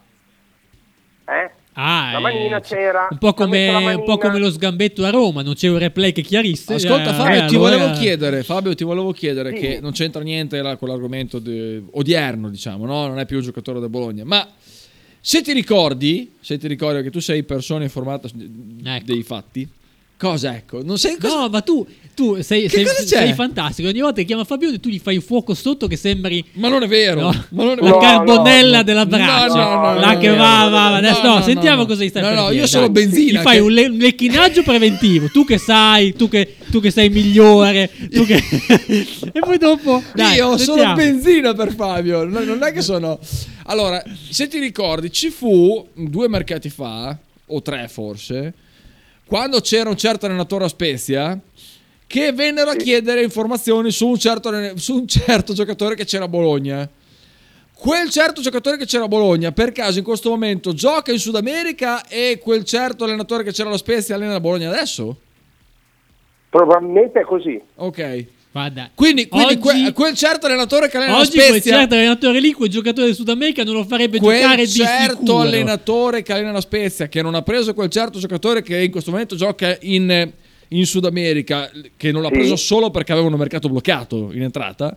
Eh? Ah, La eh, manina c'era. Un po' ha messo la come, un po' manina. come lo sgambetto a Roma, non c'è un replay che chiarisse. Ascolta eh, Fabio, eh, ti allora- volevo chiedere, Fabio, ti volevo chiedere Sì. che non c'entra niente la- con l'argomento de- odierno, diciamo, no? Non è più un giocatore del Bologna, ma se ti ricordi, se ti ricordi che tu sei persona informata s- Ecco. dei fatti, cosa ecco? Non sei cosa... No, ma tu, tu sei, Che sei, cosa c'è? sei fantastico. Ogni volta che chiama Fabione, tu gli fai un fuoco sotto che sembri Ma non è vero, no, ma non è la vero. No, carbonella no, della no, braccia. no, no, là no, che no, va, no, va, va. no, Adesso no, no, no, sentiamo no. cosa gli stai No, per no, dire, io dai. sono benzina, Gli fai che- un, le- un lecchinaggio preventivo. Tu che sai, tu che, tu che sei migliore, tu che... e poi dopo... Dai, Io sono sentiamo. benzina per Fabio, no- non è che sono... Allora, se ti ricordi, ci fu due mercati fa, o tre forse, quando c'era un certo allenatore a Spezia, che vennero a chiedere informazioni su un certo, su un certo giocatore che c'era a Bologna. Quel certo giocatore che c'era a Bologna, per caso in questo momento gioca in Sud America e quel certo allenatore che c'era allo Spezia allena a Bologna adesso? Probabilmente è così. Ok. Guarda, Quindi, quindi oggi, que- quel certo allenatore che allena la oggi quel Spezia, certo allenatore lì, quel giocatore del Sud America non lo farebbe quel giocare di certo sicuro. allenatore che allena la Spezia, che non ha preso quel certo giocatore che in questo momento gioca in, in Sud America, che non l'ha Sì. preso solo perché aveva un mercato bloccato in entrata.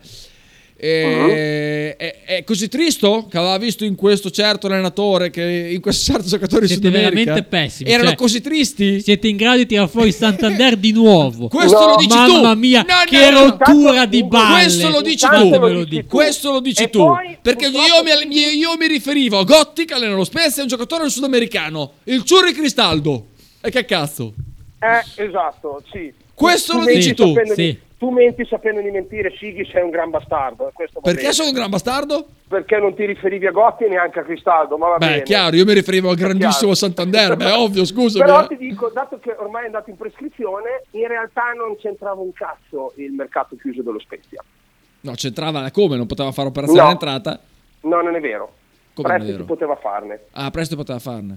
E- è, è così tristo che aveva visto in questo certo allenatore, che in questo certo giocatore in Siete Sud America veramente pessimi, erano cioè- così tristi. Siete in grado di tirare fuori Santander di nuovo. Questo No, lo dici tu. Mamma mia, No, no, che no, no. rottura di Intanto- balle. Questo lo dici Intanto tu. lo Me lo dici dici. tu. Questo lo dici E tu, poi, perché io purtroppo, mi, mi- io mi riferivo a Gotti che allena lo Spezia, è un giocatore sudamericano, il Ciurri Cristaldo. E che cazzo? Eh, esatto, sì. Questo lo menti dici tu, sapendo sì. di- tu menti sapendo di mentire, Sighi, sei un gran bastardo. eh, Questo va Perché bene. sono un gran bastardo? Perché non ti riferivi a Gotti e neanche a Cristaldo, ma va Beh, bene. è chiaro, io mi riferivo al grandissimo chiaro. Santander, beh, è ovvio, scusami. Però eh. ti dico, dato che ormai è andato in prescrizione, in realtà non c'entrava un cazzo il mercato chiuso dello Spezia. No, c'entrava come? Non poteva fare operazione No. all'entrata? No, non è vero. Come non è Presto si vero? poteva farne. Ah, presto poteva farne.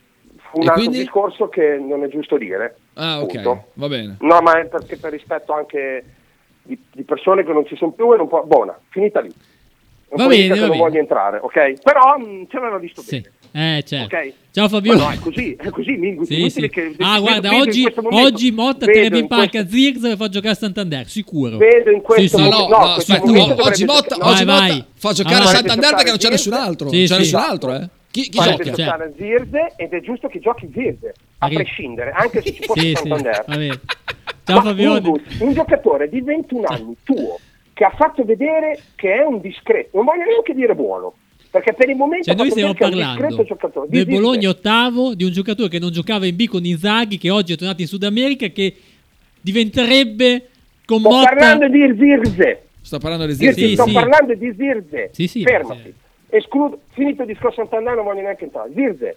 Fu un E altro quindi? discorso che non è giusto dire. Ah, ok, Punto. va bene. No, ma è perché per rispetto anche di, di persone che non ci sono più e non può... Buona, finita lì. Un Va po' bene, mica che va non bene. voglio entrare, ok? Però mh, ce l'aveva visto Sì. bene. Eh, certo. Ok? Ciao Ma Fabio. no, è così, è così, Mingus, Sì, inutile sì. che- Ah, vedo- guarda, vedo in oggi, questo momento- oggi Motta vedo Trebi in Park questo- a Zirz e fa giocare a Santander, sicuro. Vedo in questo Sì, sì. No, no, momento- no, in questo aspetta, momento o- oggi dovrebbe Motta, giocare- oggi Vai, Motta vai. fa giocare Avanti. Santander perché non c'è Dovrebbe nessun giocare altro. Sì, non c'è sì. nessun altro, eh. Chi, chi Dovrebbe gioca? Cioè- giocare a Zirze ed è giusto che giochi Zirze, a Arri- prescindere, anche se ci fosse Sì, sì, Santander. va bene. Ciao Ma Fabione. Mingus, un giocatore di ventuno anni tuo che ha fatto vedere che è un discreto, non voglio neanche dire buono, perché per il momento Cioè, ha noi fatto stiamo vedere che è un parlando discreto giocatore di del Zirze. Bologna ottavo, di un giocatore che non giocava in B con Inzaghi, che oggi è tornato in Sud America, che diventerebbe con Sto Motta. parlando di Zirze. Sto parlando di Io Zirzi. Sì, sto sì. parlando di Zirze. Sì, sì, Fermati. sì. Escludo, finito il discorso Santander, non voglio neanche entrare. Zirze.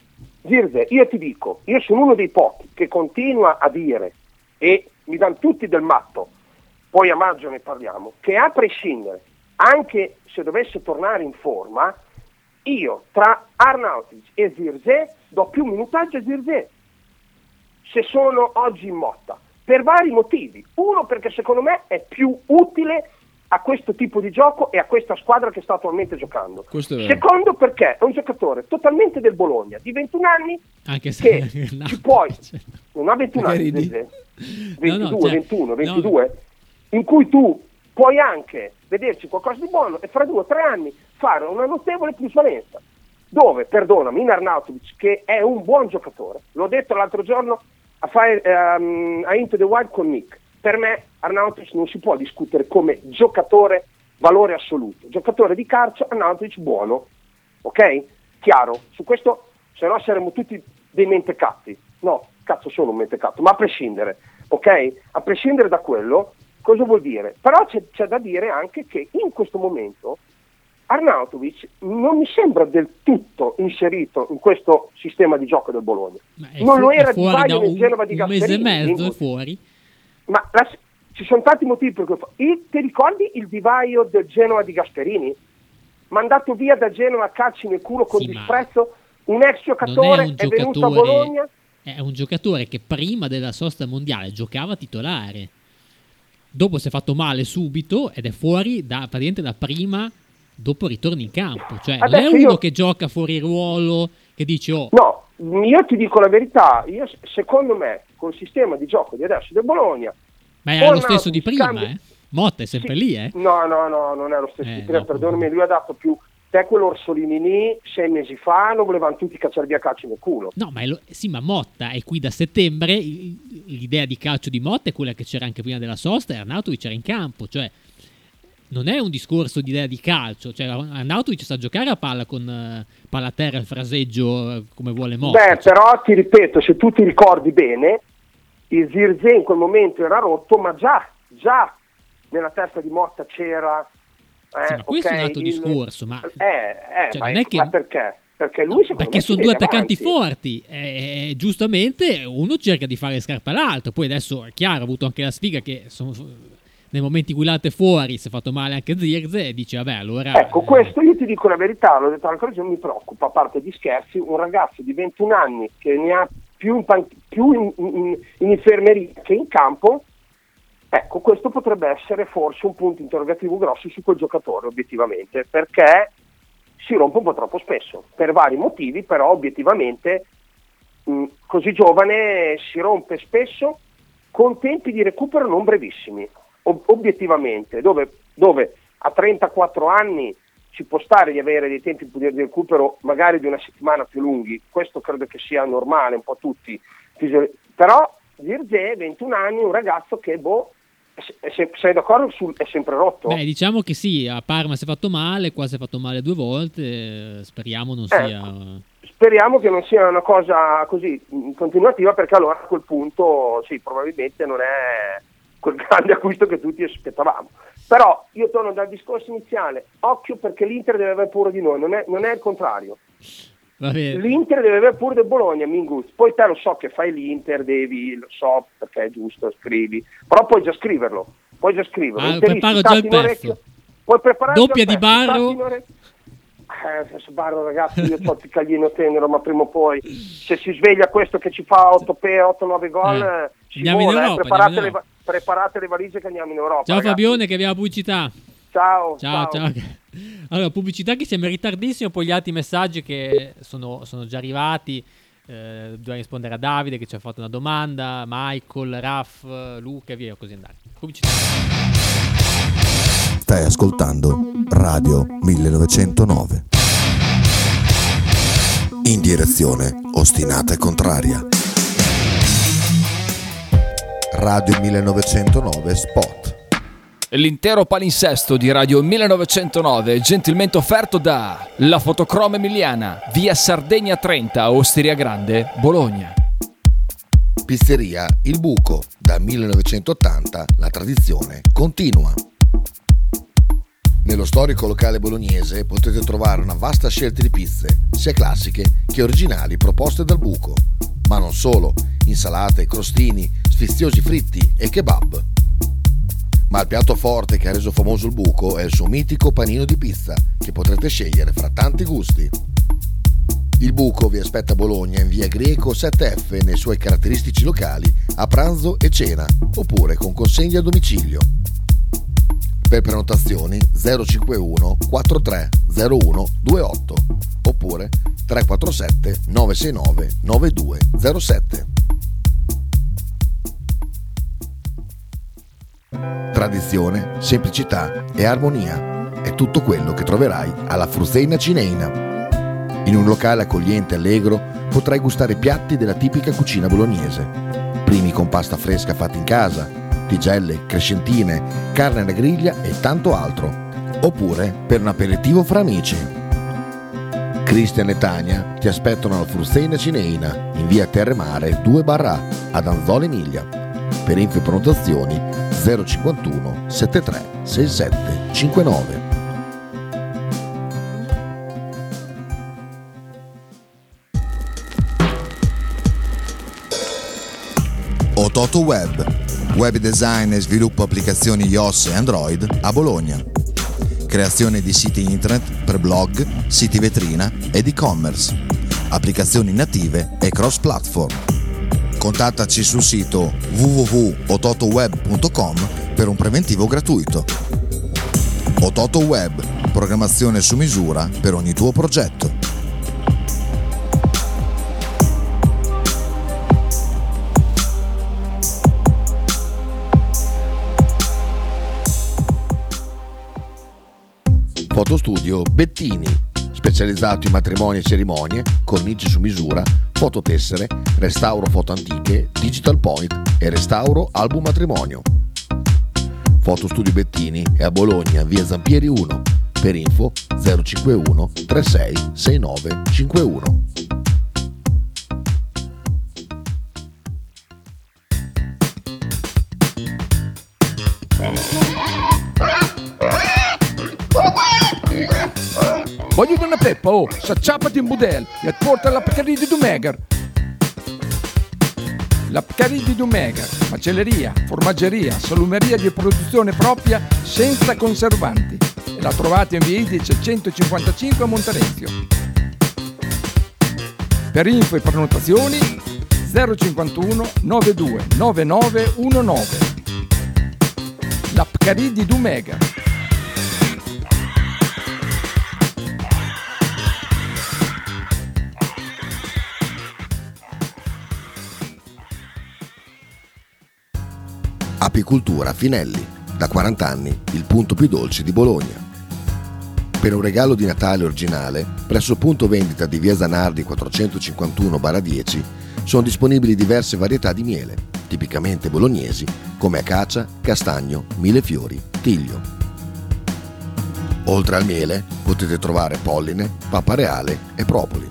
Zirze, io ti dico, io sono uno dei pochi che continua a dire, e mi danno tutti del matto, poi a maggio ne parliamo, che a prescindere, anche se dovesse tornare in forma, io tra Arnautovic e Zirze do più minutaggio a Zirze, se sono oggi in Motta, per vari motivi. Uno, perché secondo me è più utile a questo tipo di gioco e a questa squadra che sta attualmente giocando. Questo è vero. Secondo, perché è un giocatore totalmente del Bologna, di ventuno anni, Anche se che no, ci puoi, cioè, non ha ventuno Perché anni, ridi? Zirze. No, no, ventidue, cioè, ventuno, no. ventidue, in cui tu puoi anche vederci qualcosa di buono e fra due o tre anni fare una notevole plusvalenza. Dove, perdonami, in Arnautovic, che è un buon giocatore, l'ho detto l'altro giorno, a fare um, a Into the Wild con Nick. Per me Arnautovic non si può discutere come giocatore valore assoluto. Giocatore di calcio, Arnautovic buono, ok? Chiaro, su questo se no saremmo tutti dei mentecatti. No, cazzo sono un mentecatto, ma a prescindere, ok? A prescindere da quello, cosa vuol dire? Però c'è, c'è da dire anche che in questo momento Arnautovic non mi sembra del tutto inserito in questo sistema di gioco del Bologna. Non fu- lo era fuori di Baio da nel un, Genova di un mese e Gasperini. mezzo è fuori. Ma la, ci sono tanti motivi per cui fa. E ti ricordi il divario del Genova di Gasperini? Mandato via da Genova a calci nel culo con Sì, disprezzo, un ex giocatore non è, un è venuto a giocatore- Bologna. È un giocatore che prima della sosta mondiale giocava titolare. Dopo si è fatto male subito ed è fuori da, praticamente da prima, dopo ritorno in campo. Cioè non è Adesso uno io- che gioca fuori ruolo, che dice oh, No, io ti dico la verità, io, secondo me, col sistema di gioco di adesso del Bologna, ma era lo Arnautovic stesso di prima, cambia- eh? Motta è sempre Sì. lì, eh? No, no, no, non è lo stesso Eh, di prima, no. perdonami, lui ha dato più. Te quell'Orsolini lì, sei mesi fa, lo volevano tutti cacciare via calci nel culo. No, ma è lo- sì, ma Motta è qui da settembre. i- L'idea di calcio di Motta è quella che c'era anche prima della sosta, e Arnautovic era in campo. Cioè, non è un discorso di idea di calcio. Cioè, Arnautovic sa giocare a palla con eh, palla a terra, il fraseggio eh, come vuole Motta. Beh, però ti ripeto, se tu ti ricordi bene, il Zirze in quel momento era rotto, ma già, già nella testa di Motta c'era. Eh, Sì, ma questo ok, è un altro il- discorso, ma- Eh, eh, Cioè, ma, non è che- ma perché? Perché lui secondo Perché me sono si due vede attaccanti avanti. forti e giustamente uno cerca di fare scarpa all'altro. Poi adesso è chiaro, ha avuto anche la sfiga che sono, nei momenti in cui l'altro è fuori si è fatto male anche Zirze e dice vabbè allora Ecco, questo io ti dico la verità, l'ho detto anche oggi, non mi preoccupa, a parte di scherzi, un ragazzo di ventuno anni che ne ha più in, pan- più in, in- in infermeria che in campo, ecco, questo potrebbe essere forse un punto interrogativo grosso su quel giocatore, obiettivamente, perché si rompe un po' troppo spesso, per vari motivi, però obiettivamente mh, così giovane si rompe spesso con tempi di recupero non brevissimi, ob- obiettivamente, dove, dove a trentaquattro anni ci può stare di avere dei tempi di recupero magari di una settimana più lunghi, questo credo che sia normale un po' tutti, però Zirze, ventuno anni, un ragazzo che boh, è se- sei d'accordo sul, è sempre rotto? beh, diciamo che sì, a Parma si è fatto male, qua si è fatto male due volte, eh, speriamo non Ecco. sia Speriamo che non sia una cosa così mh, continuativa, perché allora a quel punto sì, probabilmente non è quel grande acquisto che tutti aspettavamo. Però io torno dal discorso iniziale, occhio, perché l'Inter deve avere paura di noi, non è, non è il contrario. va bene. L'Inter deve avere paura del Bologna, Mingus. Poi te lo so che fai l'Inter, devi, lo so perché è giusto, scrivi, però puoi già scriverlo, puoi già scriverlo. Ah, Interisti, preparo già tatti il in pezzo. orecchio. Puoi preparare Doppia già il di pezzo, Barro. tatti in orecchio. Eh, adesso Barro, ragazzi, io ho il caglino tenero, ma prima o poi se si sveglia questo che ci fa otto nove gol, Eh, eh, si andiamo in vola, eh. Europa, preparate, andiamo in le, va- preparate le valigie che andiamo in Europa. Ciao ragazzi. Fabione che abbiamo pubblicità. Ciao, Ciao, ciao. Allora, pubblicità che siamo in ritardissimo, poi gli altri messaggi che sono, sono già arrivati. Eh, dobbiamo rispondere a Davide che ci ha fatto una domanda, Michael, Raff, Luca e via così andare. Pubblicità. Stai ascoltando Radio millenovecentonove. In direzione ostinata e contraria. Radio millenovecentonove Spot. L'intero palinsesto di Radio millenovecentonove è gentilmente offerto da La Fotocroma Emiliana, via Sardegna trenta, Osteria Grande, Bologna. Pizzeria Il Buco. Da millenovecentottanta la tradizione continua. Nello storico locale bolognese potete trovare una vasta scelta di pizze, sia classiche che originali proposte dal Buco. Ma non solo, insalate, crostini, sfiziosi fritti e kebab. Ma il piatto forte che ha reso famoso il Buco è il suo mitico panino di pizza, che potrete scegliere fra tanti gusti. Il Buco vi aspetta a Bologna in via Greco sette F nei suoi caratteristici locali a pranzo e cena, oppure con consegna a domicilio. Per prenotazioni zero cinquantuno quarantatré zero uno ventotto oppure tre quattro sette nove sei nove nove due zero sette. Tradizione, semplicità e armonia è tutto quello che troverai alla Fruzeina Cineina. In un locale accogliente e allegro potrai gustare piatti della tipica cucina bolognese. primi con pasta fresca fatta in casa, tigelle, crescentine, carne alla griglia e tanto altro. Oppure per un aperitivo fra amici. Cristian e Tania ti aspettano alla Frusteina Cineina in via Terremare due barra A ad Anzola Emilia. Per info e prenotazioni zero cinquantuno settantatré sessantasette cinquantanove. Ototo Web, web design e sviluppo applicazioni iOS e Android a Bologna. Creazione di siti internet per blog, siti vetrina ed e-commerce, applicazioni native e cross-platform. Contattaci sul sito w w w punto ototoweb punto com per un preventivo gratuito. Ototo Web, programmazione su misura per ogni tuo progetto. Fotostudio Bettini, specializzato in matrimoni e cerimonie, cornici su misura, fototessere, restauro foto antiche, digital point e restauro album matrimonio. Fotostudio Bettini è a Bologna, via Zampieri uno, per info zero cinquantuno trentasei sessantanove cinquantuno. Voglio una peppa, oh, s'acciappati in budel e porta la Pcaridi di Dumegar. La Pcaridi di Dumegar, macelleria, formaggeria, salumeria di produzione propria senza conservanti. E la trovate in via Idice centocinquantacinque a Monterezio. Per info e prenotazioni zero cinquantuno novantadue novantanove diciannove. La Pcaridi di Dumegar. Apicoltura Finelli, da quaranta anni, il punto più dolce di Bologna. Per un regalo di Natale originale, presso il punto vendita di via Zanardi quattrocentocinquantuno dieci, sono disponibili diverse varietà di miele, tipicamente bolognesi, come acacia, castagno, millefiori, tiglio. Oltre al miele, potete trovare polline, pappa reale e propoli.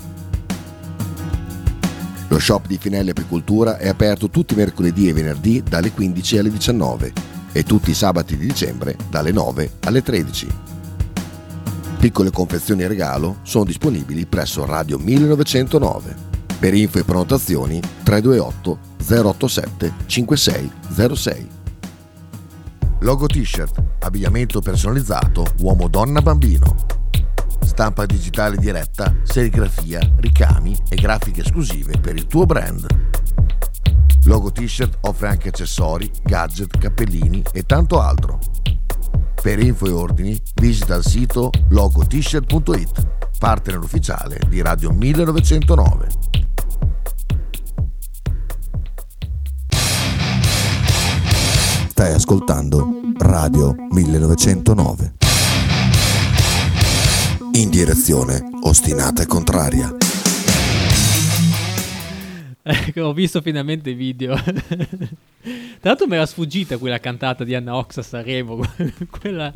Lo shop di Finelli Apicoltura è aperto tutti i mercoledì e venerdì dalle quindici alle diciannove e tutti i sabati di dicembre dalle nove alle tredici. Piccole confezioni e regalo sono disponibili presso Radio millenovecentonove. Per info e prenotazioni tre due otto zero otto sette cinque sei zero sei. Logo T-shirt, abbigliamento personalizzato uomo, donna, bambino. Stampa digitale diretta, serigrafia, ricami e grafiche esclusive per il tuo brand. Logo T-shirt offre anche accessori, gadget, cappellini e tanto altro. Per info e ordini visita il sito logo t shirt punto it, partner ufficiale di Radio millenovecentonove. Stai ascoltando Radio millenovecentonove. In direzione ostinata e contraria. Ecco, ho visto finalmente il video. Tra l'altro mi era sfuggita quella cantata di Anna Ox a Sanremo. Quella...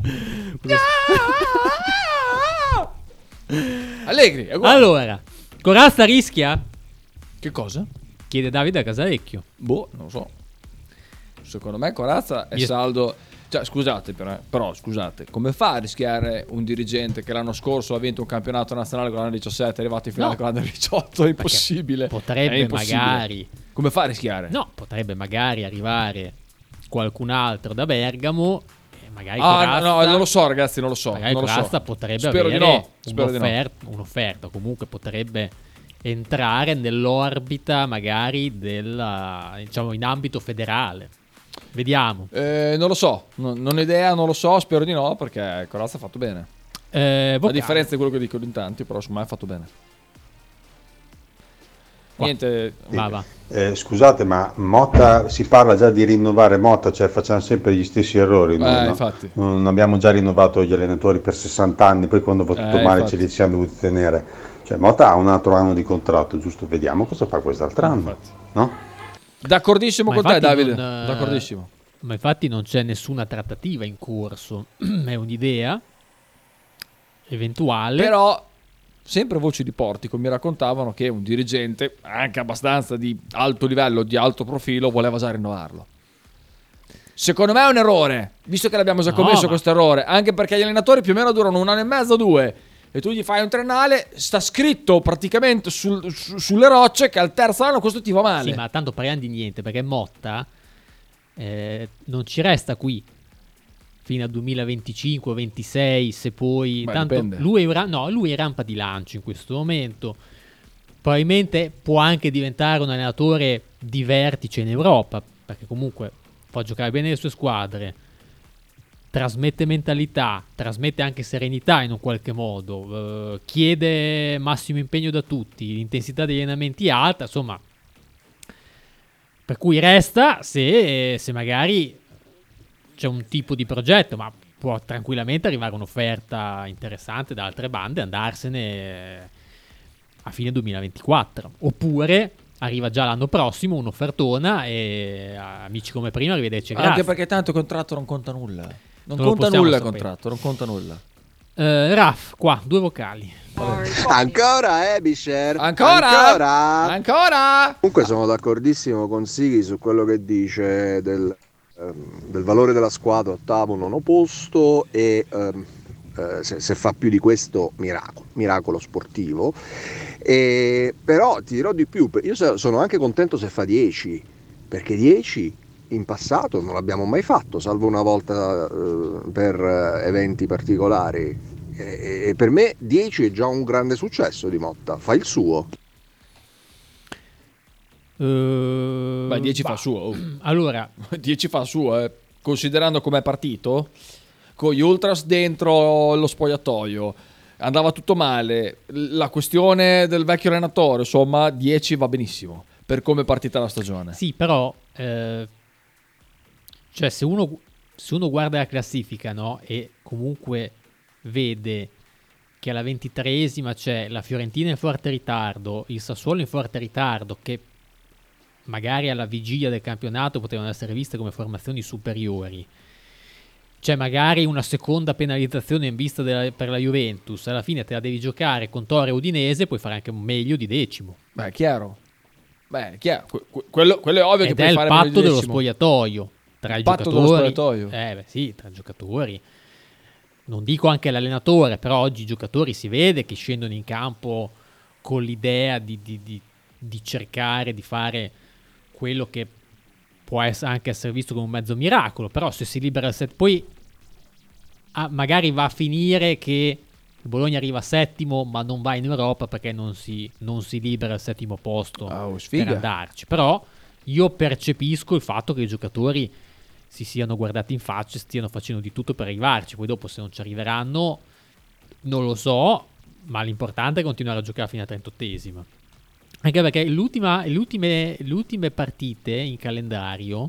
Allegri, è uguale. Allora, Corazza rischia? Che cosa? Chiede Davide a Casalecchio. Boh, non lo so. Secondo me Corazza è Io- saldo. Cioè, scusate, però, però, scusate, come fa a rischiare un dirigente che l'anno scorso ha vinto un campionato nazionale con l'anno diciassette, è arrivato in finale No. con l'anno diciotto? È impossibile. Potrebbe È impossibile. magari. Come fa a rischiare? No, potrebbe magari arrivare qualcun altro da Bergamo. E magari Ah, Corazza, no, no, non lo so, ragazzi, non lo so. magari non lo Corazza so. potrebbe Spero avere di no. Spero di no. un'offerta, un'offerta, comunque potrebbe entrare nell'orbita magari della, diciamo, in ambito federale. Vediamo. Eh, non lo so, non, non ho idea, non lo so, spero di no, perché Corazza ha fatto bene. Eh, A vocale. differenza di quello che dicono in tanti, però secondo me ha fatto bene. Niente, Va, va. Eh, scusate, ma Motta, si parla già di rinnovare Motta, cioè facciamo sempre gli stessi errori. no? Eh, No? infatti. Non abbiamo già rinnovato gli allenatori per sessanta anni, poi quando va tutto Eh, male infatti. ce li siamo dovuti tenere. Cioè Motta ha un altro anno di contratto, giusto? Vediamo cosa fa quest'altro anno, no? D'accordissimo Ma con te, infatti Davide. non, eh, D'accordissimo. Ma infatti non c'è nessuna trattativa in corso, è un'idea eventuale. Però sempre voci di Portico mi raccontavano che un dirigente anche abbastanza di alto livello, di alto profilo, voleva già rinnovarlo. Secondo me è un errore, visto che l'abbiamo già No, commesso ma- questo errore, anche perché gli allenatori più o meno durano un anno e mezzo, due, e tu gli fai un triennale, sta scritto praticamente sul- su- sulle rocce che al terzo anno questo ti va male. Sì, ma tanto parliamo di niente, perché Motta eh, non ci resta qui fino al duemilaventicinque ventisei, se poi Beh, tanto dipende. lui è, ra- no, lui è rampa di lancio in questo momento. Probabilmente può anche diventare un allenatore di vertice in Europa, perché comunque fa giocare bene le sue squadre, trasmette mentalità, trasmette anche serenità in un qualche modo, eh, chiede massimo impegno da tutti, l'intensità degli allenamenti è alta, insomma. Per cui resta se, se magari c'è un tipo di progetto, ma può tranquillamente arrivare un'offerta interessante da altre bande e andarsene a fine duemilaventiquattro. Oppure arriva già l'anno prossimo un'offertona e amici come prima, arrivederci e Anche grazie. perché tanto il contratto non conta nulla. Non, Non lo conta possiamo nulla il sapere. contratto, non conta nulla. Eh, Raf, qua, due vocali. Ancora, eh, Bisher? Ancora? Ancora? Ancora? Comunque sono d'accordissimo con Sighi su quello che dice del, ehm, del valore della squadra, ottavo, nono posto, e ehm, eh, se, se fa più di questo, miracolo, miracolo sportivo. E, però ti dirò di più, io so- sono anche contento se fa dieci, perché dieci in passato non l'abbiamo mai fatto, salvo una volta eh, per eh, eventi particolari. E, e per me dieci è già un grande successo di Motta, fa il suo. Eh, Beh, dieci bah, fa suo. oh. Allora, dieci fa suo, eh. Considerando com'è partito, con gli ultras dentro lo spogliatoio, andava tutto male, la questione del vecchio allenatore, insomma, dieci va benissimo per come è partita la stagione. sì, però eh, cioè se uno, se uno guarda la classifica, no, e comunque vede che alla ventitreesima c'è la Fiorentina in forte ritardo, il Sassuolo in forte ritardo, che magari alla vigilia del campionato potevano essere viste come formazioni superiori, c'è magari una seconda penalizzazione in vista della- per la Juventus, alla fine te la devi giocare con Torre e Udinese, puoi fare anche meglio di decimo. Beh, è chiaro. Beh, è chiaro. Que- que- quello, quello è ovvio che Ed puoi è il fare meglio patto di dello decimo. spogliatoio tra Il i patto dello giocatori. spogliatoio. Eh, beh, sì, tra i giocatori. Non dico anche l'allenatore, però oggi i giocatori si vede che scendono in campo con l'idea di, di- di- di cercare di fare quello che può essere anche essere visto come un mezzo miracolo. Però se si libera il set, poi ah, magari va a finire che il Bologna arriva settimo ma non va in Europa perché non si, non si libera il settimo posto per sfiga. andarci. Però io percepisco il fatto che i giocatori si siano guardati in faccia e stiano facendo di tutto per arrivarci. Poi dopo se non ci arriveranno non lo so, ma l'importante è continuare a giocare fino a trentottesima. Anche perché l'ultima, le, ultime, le ultime partite in calendario,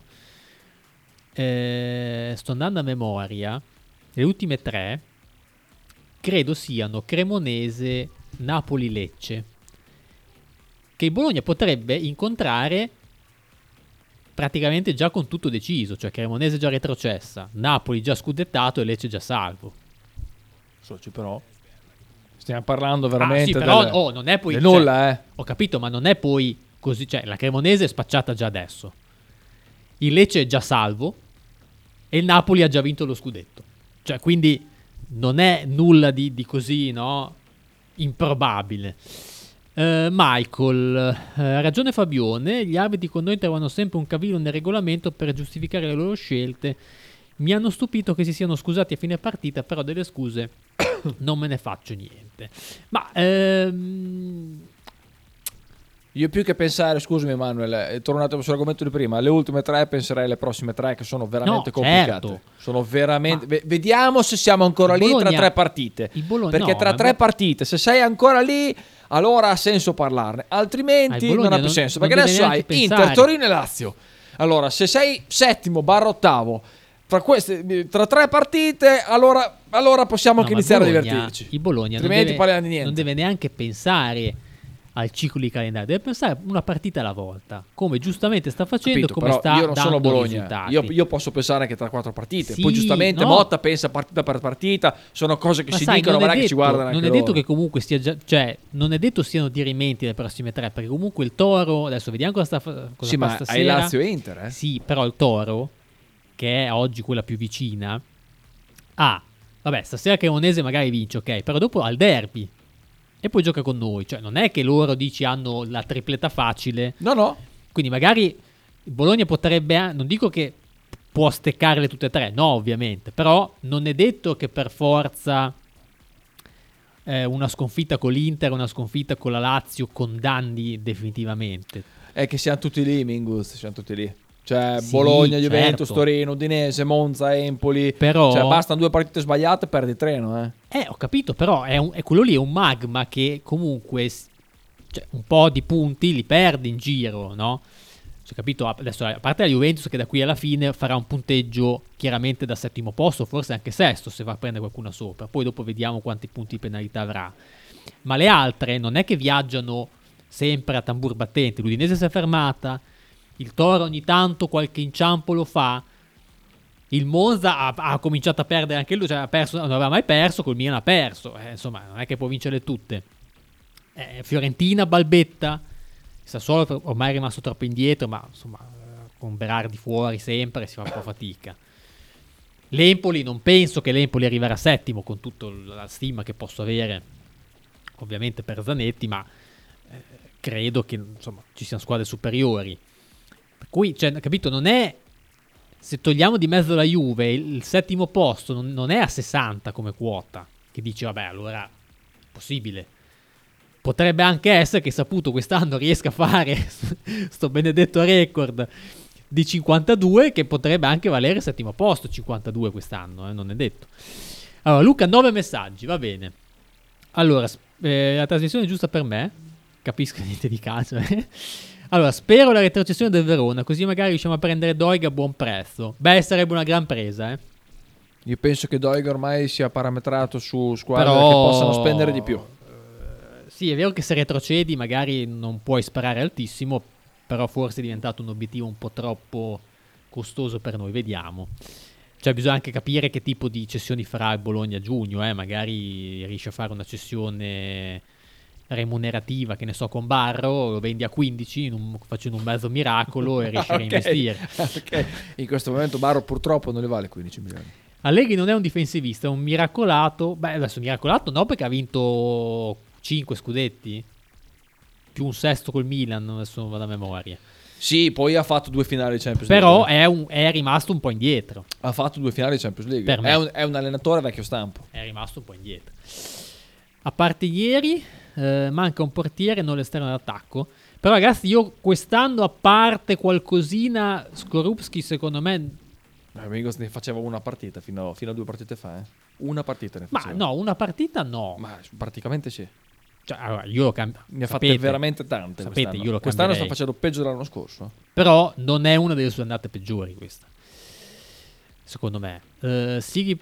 eh, sto andando a memoria, le ultime tre credo siano Cremonese, Napoli, Lecce, che il Bologna potrebbe incontrare praticamente già con tutto deciso, cioè Cremonese già retrocessa, Napoli già scudettato e Lecce già salvo. Soci, però stiamo parlando Ah, veramente sì, però del- oh, non è poi del cioè, nulla, eh. Ho capito, ma non è poi così, cioè la Cremonese è spacciata già adesso. Il Lecce è già salvo e il Napoli ha già vinto lo scudetto. Cioè, quindi non è nulla di, di così, no? Improbabile. Eh, Michael, eh, ha ragione Fabione, gli arbitri con noi trovano sempre un cavillo nel regolamento per giustificare le loro scelte. Mi hanno stupito che si siano scusati a fine partita, però delle scuse non me ne faccio niente. Ma ehm, Io più che pensare, scusami Emanuele, è tornato sull'argomento di prima, le ultime tre penserei alle prossime tre che sono veramente No, complicate. certo. Sono veramente... ve- Vediamo se siamo ancora Il lì Bologna- tra tre partite. il Bologna- Perché no, tra il tre Bo- partite, se sei ancora lì, allora ha senso parlarne. Ah, Altrimenti il Bologna non ha più non- senso. non Perché deve adesso hai neanche Inter, pensare. Torino e Lazio. Allora, se sei settimo barra ottavo, tra, queste, tra tre partite, allora, allora possiamo no, anche ma il iniziare a Bologna- divertirci. Il Bologna non Altrimenti deve, parliamo di niente. non deve neanche pensare al ciclo di calendario, deve pensare una partita alla volta, come giustamente sta facendo, Capito, come però sta io non sono dando Bologna, risultati. io, io posso pensare anche tra quattro partite. Sì, Poi giustamente no. Motta pensa partita per partita, sono cose che Ma si sai, dicono, non è ma che detto, ci guardano non anche è detto loro. che comunque sia già, cioè non è detto siano dirimenti le prossime tre, perché comunque il Toro, adesso vediamo cosa sta fa- cosa Sì, fa ma stasera. hai Lazio e Inter, eh? Sì, però il Toro, che è oggi quella più vicina, ha, vabbè, stasera Cremonese magari vince, ok, però dopo ha il derby e poi gioca con noi, cioè non è che loro dici hanno la tripletta facile. No, no. Quindi magari il Bologna potrebbe, non dico che può steccarle tutte e tre, no, ovviamente, però non è detto che per forza eh, una sconfitta con l'Inter, una sconfitta con la Lazio condanni definitivamente. È che siamo tutti lì, Mingus, siamo tutti lì. Cioè Sì, Bologna, Juventus, certo. Torino, Udinese, Monza, Empoli. Però- Cioè bastano due partite sbagliate e perdi il treno, eh. Eh, ho capito, però è, un, è quello lì è un magma che comunque s- cioè, un po' di punti li perde in giro, no? Cioè, capito? Adesso, a parte la Juventus che da qui alla fine farà un punteggio chiaramente da settimo posto, forse anche sesto se va a prendere qualcuno sopra. Poi dopo vediamo quanti punti di penalità avrà. Ma le altre non è che viaggiano sempre a tambur battente. L'Udinese si è fermata, il Toro ogni tanto qualche inciampo lo fa. Il Monza ha, ha cominciato a perdere anche lui, cioè ha perso, non aveva mai perso, col Milan ha perso, eh, insomma non è che può vincere tutte. Eh, Fiorentina balbetta, il Sassuolo ormai è rimasto troppo indietro, ma insomma con Berardi fuori sempre si fa un po' fatica. L'Empoli, non penso che l'Empoli arriverà settimo con tutta la stima che posso avere ovviamente per Zanetti, ma eh, credo che insomma ci siano squadre superiori. Per cui, cioè, capito, non è, se togliamo di mezzo la Juve, il, il settimo posto non, non è a sessanta come quota, che dici vabbè allora possibile. Potrebbe anche essere che Saputo quest'anno riesca a fare sto benedetto record di cinquantadue, che potrebbe anche valere il settimo posto, cinquantadue quest'anno, eh, non è detto. Allora Luca, nove messaggi, va bene. Allora, eh, la trasmissione è giusta per me, capisco niente di calcio, eh. Allora, spero la retrocessione del Verona, così magari riusciamo a prendere Doig a buon prezzo. Beh, sarebbe una gran presa, eh. Io penso che Doig ormai sia parametrato su squadre Però- che possano spendere di più. Sì, è vero che se retrocedi magari non puoi sparare altissimo, però forse è diventato un obiettivo un po' troppo costoso per noi, vediamo. Cioè bisogna anche capire che tipo di cessioni farà il Bologna a giugno, eh. Magari riesce a fare una cessione remunerativa, che ne so, con Barro, lo vendi a quindici in un- facendo un mezzo miracolo e riesci a Ok, reinvestire. ok. In questo momento Barro purtroppo non le vale quindici milioni. Allegri non è un difensivista, è un miracolato. Beh, adesso miracolato no, perché ha vinto cinque scudetti, più un sesto col Milan, adesso non vado a memoria. Sì, poi ha fatto due finali di Champions League. Però è, un- è rimasto un po' indietro. Ha fatto due finali di Champions League. Per me. È un, è un allenatore vecchio stampo. È rimasto un po' indietro. A parte ieri, eh, manca un portiere, non l'esterno d'attacco. Però ragazzi, io quest'anno, a parte qualcosina, Skorupski secondo me... Eh, Mingos ne faceva una partita fino, fino a due partite fa. Eh. Una partita ne Ma faceva. no, una partita no. Ma praticamente sì. Cioè, allora, io lo cambio. Ne ha fatte veramente tante. Sapete, quest'anno. io lo Quest'anno sta cambierei. facendo peggio dell'anno scorso. Però non è una delle sue andate peggiori questa, secondo me. uh, Sighi,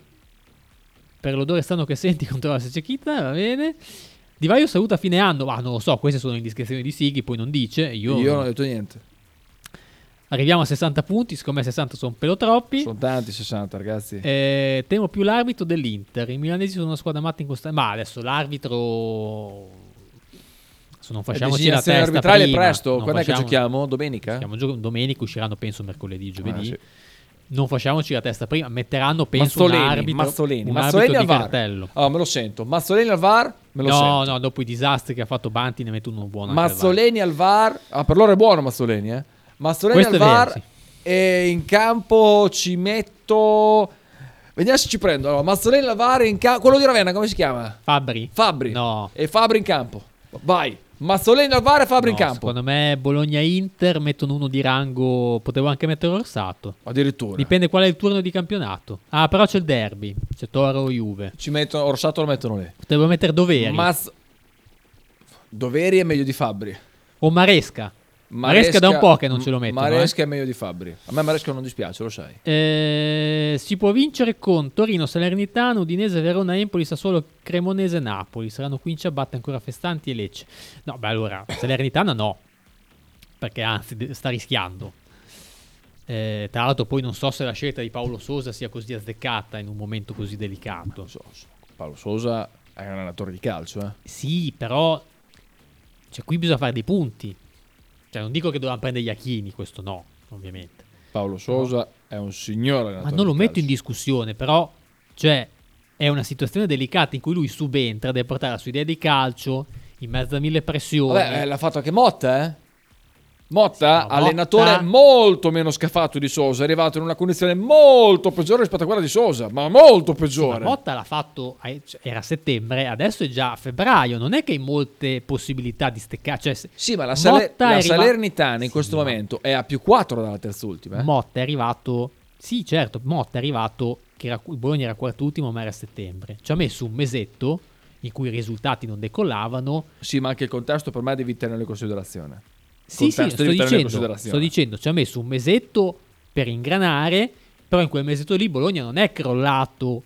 per l'odore strano che senti, controlla se c'è Kita, va bene. Di Vaio saluta a fine anno, ma non lo so, queste sono indiscrezioni di Sighi, poi non dice. Io, Io non ho detto niente. Arriviamo a sessanta punti, secondo me sessanta sono un pelo troppi. Sono tanti sessanta, ragazzi. Eh, temo più l'arbitro dell'Inter. I milanesi sono una squadra matta in costanza. Ma adesso l'arbitro... Adesso non facciamoci la designazione testa arbitrale prima. presto. Non Quando è che facciamo- giochiamo? Domenica? Giochiamo gio- domenica, usciranno penso mercoledì, giovedì. Ah, sì. Non facciamoci la testa prima. Metteranno penso Mazzoleni, un arbitro, Mazzoleni, un Mazzoleni arbitro al di VAR. cartello. Oh, me lo sento. Mazzoleni al VAR? Me lo No, sento. no, dopo i disastri che ha fatto Banti ne metto uno buono. anche al VAR. Mazzoleni al VAR. Ah, per loro è buono Mazzoleni, eh. Mazzoleni Questo al è vero, VAR. sì. E in campo ci metto... Vediamo se ci prendo. Allora, Mazzoleni al VAR in campo. Quello di Ravenna, come si chiama? Fabri? Fabri. No. E Fabri in campo. Vai. Mazzoleni al VAR e Fabri No, in campo. secondo me Bologna-Inter mettono uno di rango. Potevo anche mettere Orsato. Addirittura. Dipende qual è il turno di campionato. Ah, però c'è il derby. C'è Toro-Juve. Ci mettono... Orsato lo mettono lì. Potevo mettere Doveri. Mazz... Doveri è meglio di Fabri. O Maresca. Maresca da un po' che non ce lo mettono. Maresca eh. è meglio di Fabbri. A me Maresca non dispiace, lo sai. Eh, si può vincere con Torino, Salernitana, Udinese, Verona, Empoli, Sassuolo, Cremonese, Napoli. Saranno qui in ciabatte ancora Festanti e Lecce. No, beh, allora, Salernitana no, perché anzi sta rischiando. Eh, tra l'altro poi non so se la scelta di Paolo Sosa sia così azzeccata in un momento così delicato. Non so, Paolo Sosa è un allenatore di calcio, eh. Sì, però cioè, qui bisogna fare dei punti. Cioè, non dico che dovevamo prendere Iachini, questo no, ovviamente. Paolo Sosa no. È un signore allenatore. Ma non lo di metto calcio. in discussione, però cioè è una situazione delicata in cui lui subentra, deve portare la sua idea di calcio in mezzo a mille pressioni. Vabbè, eh, l'ha fatto anche Motta, eh. Motta, no, allenatore Motta... molto meno scafato di Sosa, è arrivato in una condizione molto peggiore rispetto a quella di Sosa, ma molto peggiore. Sì, ma Motta l'ha fatto, era a settembre, adesso è già a febbraio, non è che hai molte possibilità di steccare. Cioè, sì, ma la, Saler- la arriva... Salernitana in sì, questo ma... momento è a più quattro dalla terzultima. Eh? Motta è arrivato, sì certo, Motta è arrivato, che era, il Bologna era quarto ultimo ma era a settembre, ci ha messo un mesetto in cui i risultati non decollavano. Sì, ma anche il contesto per me devi tenere in considerazione. Sì, sì, sto dicendo, sto dicendo, ci ha messo un mesetto per ingranare, però in quel mesetto lì Bologna non è crollato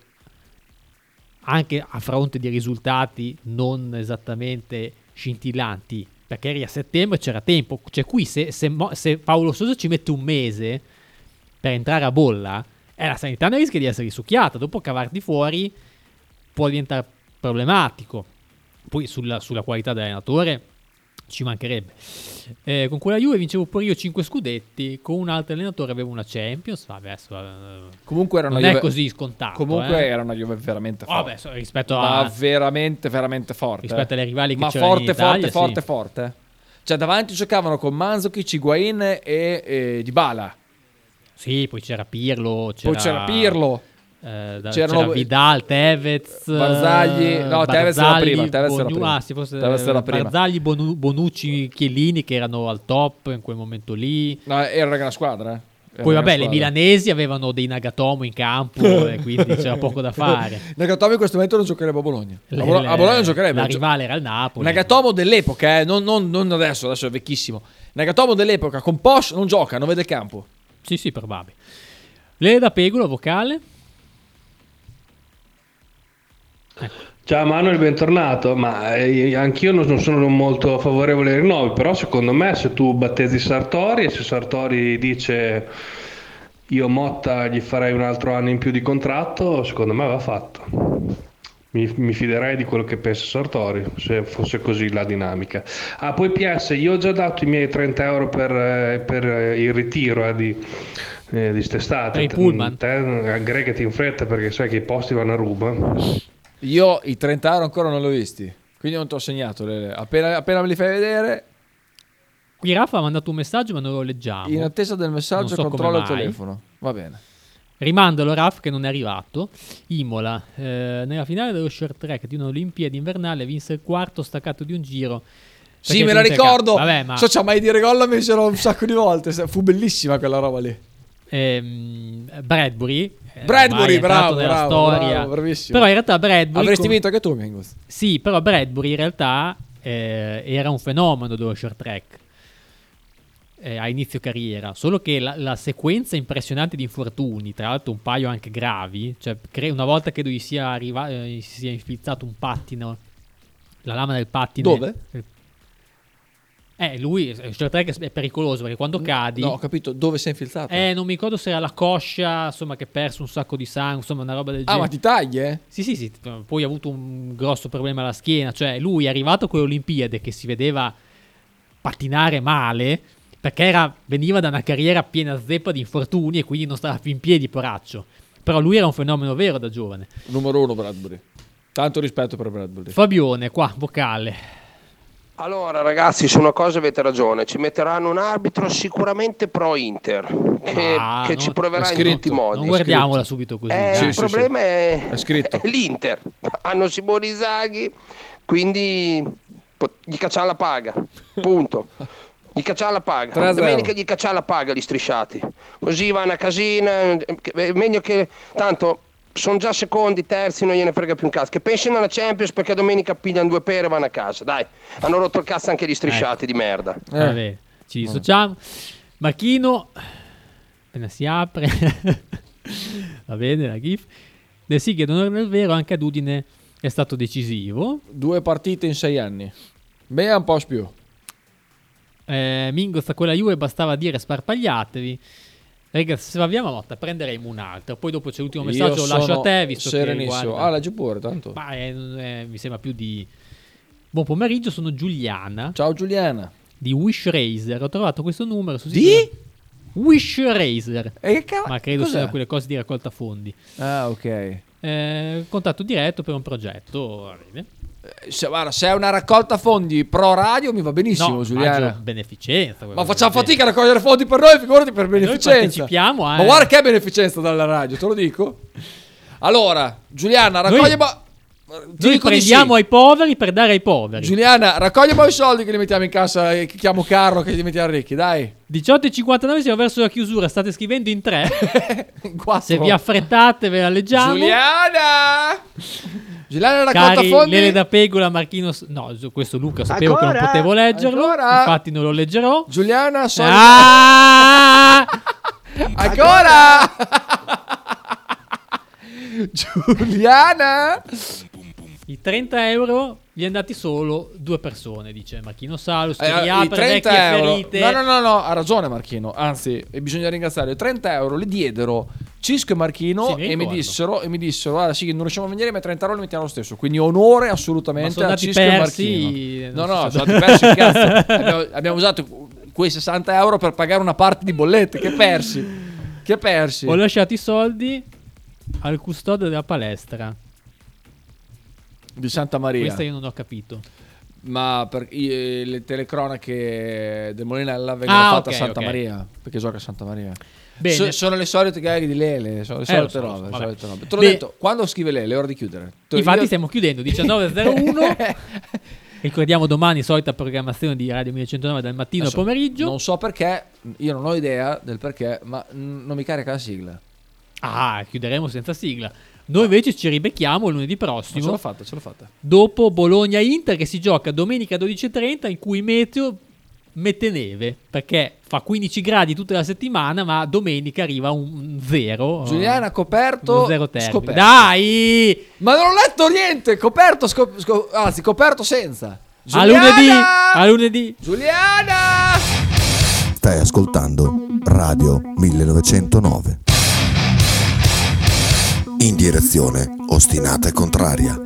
anche a fronte di risultati non esattamente scintillanti, perché eri a settembre, c'era tempo. Cioè qui se, se, se Paolo Sosa ci mette un mese per entrare a bolla, eh, la sanità rischia di essere risucchiata, dopo cavarti fuori può diventare problematico. Poi sulla, sulla qualità dell'allenatore ci mancherebbe. Eh, con quella Juve vincevo pure io cinque scudetti, con un altro allenatore avevo una Champions. Vabbè, adesso, eh, comunque era non una è Juve, così scontato. Comunque eh. era una Juve veramente forte. Vabbè, rispetto ma a veramente veramente forte. Rispetto alle rivali che ma c'erano forte, in Italia, forte, sì. forte, forte. Cioè davanti giocavano con Mandzukic, Higuain e, e Dybala. Sì, poi c'era Pirlo, c'era... Poi c'era Pirlo. Eh, da, c'era Vidal, Tevez, Barzagli, no, Tevez era prima, Tevez era prima. Ah, sì, forse Tevez era prima. Barzagli, Bonu, Bonucci, Chiellini che erano al top in quel momento lì. No, era una gran squadra, eh. Era Poi vabbè, squadra. le milanesi avevano dei Nagatomo in campo e quindi c'era poco da fare. Nagatomo in questo momento non giocherebbe a Bologna. Le, a, Bolo- le, a Bologna non giocherebbe. La rivale era il Napoli. Nagatomo dell'epoca, eh, non, non, non adesso, adesso è vecchissimo. Nagatomo dell'epoca con Posch non gioca, non vede il campo. Sì, sì, probabile. Lele da Pegolo, vocale. Ciao Manuel, bentornato. Ma eh, anch'io non, non sono molto favorevole ai rinnovi, però secondo me se tu battezzi Sartori e se Sartori dice io Motta gli farei un altro anno in più di contratto, secondo me va fatto. Mi, mi fiderei di quello che pensa Sartori, se fosse così la dinamica. Ah, poi P S, io ho già dato i miei trenta euro per, eh, per eh, il ritiro eh, di, eh, di st'estate. Per i pullman. Te aggregati in fretta perché sai che i posti vanno a ruba. Io i trenta euro ancora non li ho visti, quindi non ti ho segnato. Lele. Appena, appena me li fai vedere. Qui Rafa ha mandato un messaggio ma non lo leggiamo. In attesa del messaggio so controllo il telefono. Va bene. Rimandalo Raf che non è arrivato. Imola, eh, nella finale dello short track di un'Olimpiade invernale vinse il quarto staccato di un giro. Sì, me la ricordo. Vabbè, ma... So, c'ha mai dire gol, mi c'era un sacco di volte. Fu bellissima quella roba lì. Ehm, Bradbury Bradbury, bravo, nella bravo, storia. bravo, bravissimo. Però in realtà Bradbury avresti com- vinto anche tu, Mingus. Sì, però Bradbury in realtà eh, era un fenomeno dello short track eh, a inizio carriera, solo che la, la sequenza impressionante di infortuni, tra l'altro un paio anche gravi, cioè cre- una volta che lui sia arrivato eh, si sia infilzato un pattino, la lama del pattino. Dove? Eh, Eh, lui, il short track è pericoloso perché quando cadi... No, ho capito, dove sei infilzato? Eh, non mi ricordo se era la coscia, insomma, che ha perso un sacco di sangue, insomma, una roba del Ah, genere. ma ti tagli, eh? Sì, sì, sì, poi ha avuto un grosso problema alla schiena, cioè lui è arrivato a quelle Olimpiadi che si vedeva pattinare male perché era, veniva da una carriera piena zeppa di infortuni e quindi non stava più in piedi, poraccio. Però lui era un fenomeno vero da giovane. Numero uno Bradbury. Tanto rispetto per Bradbury. Fabione, qua, vocale. Allora ragazzi, su una cosa avete ragione, ci metteranno un arbitro sicuramente pro Inter che, Ah, che no, ci proverà è scritto, in tutti i modi. Non guardiamola subito così. Eh, Sì, il sì, problema sì. È, È scritto. è l'Inter, hanno Simone Inzaghi, quindi po- gli cacciano la paga, punto. Gli cacciano la paga, tre a zero. domenica gli cacciano la paga gli strisciati, così va una casina, è meglio che tanto... Sono già secondi, terzi, non gliene frega più un cazzo. Che pensino alla Champions perché domenica pigliano due pere e vanno a casa. Dai, hanno rotto il cazzo anche gli strisciati ecco. di merda. Eh. ci dissociamo. Marchino, appena si apre, va bene la gif. Nel sì che non è vero, anche ad Udine è stato decisivo. Due partite in sei anni. Beh, un po' più. Eh, Mingos a quella Juve bastava dire sparpagliatevi. Ragazzi, se abbiamo Motta prenderemo un altro. Poi dopo c'è l'ultimo messaggio, lo lascio a te visto serenissimo. che guarda... Ah, leggi pure tanto. Ma è, è, mi sembra più di... Buon pomeriggio, sono Giuliana. Ciao Giuliana. Di Wish Razer. Ho trovato questo numero su Di? sito... Wish Razer. E che cavolo? Ma credo Cos'è? siano quelle cose di raccolta fondi. Ah, ok. Eh, contatto diretto per un progetto. Va bene. Se, guarda, se è una raccolta fondi pro radio mi va benissimo, No, Giuliana. immagino beneficenza. Ma facciamo fatica a raccogliere fondi per noi, figurati per beneficenza. Noi partecipiamo a... Ma guarda che è beneficenza dalla radio, te lo dico. Allora, Giuliana, raccogli... Noi, noi prendiamo sì. ai poveri per dare ai poveri. Giuliana, raccogli i soldi che li mettiamo in cassa e chiamo Carlo che li mettiamo ricchi, dai. diciotto e cinquantanove siamo verso la chiusura, state scrivendo in tre. In quattro. Se vi affrettate ve la leggiamo. Giuliana! Giuliana raccolta Cari, fondi. Lele da Pegola, Marchino... No, questo Luca sapevo Ancora? che non potevo leggerlo. Ancora? Infatti non lo leggerò. Giuliana, soldi... Ah! Ancora! Giuliana! I trenta euro vi è andati solo due persone, dice Marchino Salus, che Eh, i riapre trenta vecchie euro. ferite. No, no, no, no, ha ragione Marchino. Anzi, e bisogna ringraziare. trenta euro li diedero Cisco e Marchino Sì, mi e mi ricordo. dissero, e mi dissero, guarda, sì, non riusciamo a venire, ma trenta euro li mettiamo lo stesso. Quindi onore assolutamente Ma sono a andati Cisco persi, e Marchino. No, non no, so- sono andati persi, cazzo. Abbiamo, abbiamo usato quei sessanta euro per pagare una parte di bollette. Che persi. Che persi. Ho lasciato i soldi al custode della palestra. Di Santa Maria. Questa io non ho capito. Ma per i- le telecronache del Molinella vengono Ah, fatte ok, a Santa ok. Maria, perché gioca a Santa Maria. Bene. So- sono le solite gag di Lele, sono le Eh, lo solite so, robe, lo so, le vabbè. solite robe. Te l'ho Beh, detto, quando scrive Lele è ora di chiudere. Te- Infatti io- stiamo chiudendo diciannove e zero uno. Ricordiamo domani solita programmazione di Radio millecentonove dal mattino al Adesso, pomeriggio. Non so perché, io non ho idea del perché, ma mm, non mi carica la sigla. Ah, chiuderemo senza sigla. Noi invece ci ribecchiamo lunedì prossimo. Ce l'ho fatta, ce l'ho fatta. Dopo Bologna-Inter che si gioca domenica dodici e trenta, in cui Meteo mette neve perché fa quindici gradi tutta la settimana, ma domenica arriva un zero. Giuliana, coperto, uno zero termine. scoperto. Dai! Ma non ho letto niente, coperto, scop- scop- anzi, coperto senza. A Giuliana! lunedì! A lunedì! Giuliana! Stai ascoltando Radio millenovecentonove. In direzione ostinata e contraria.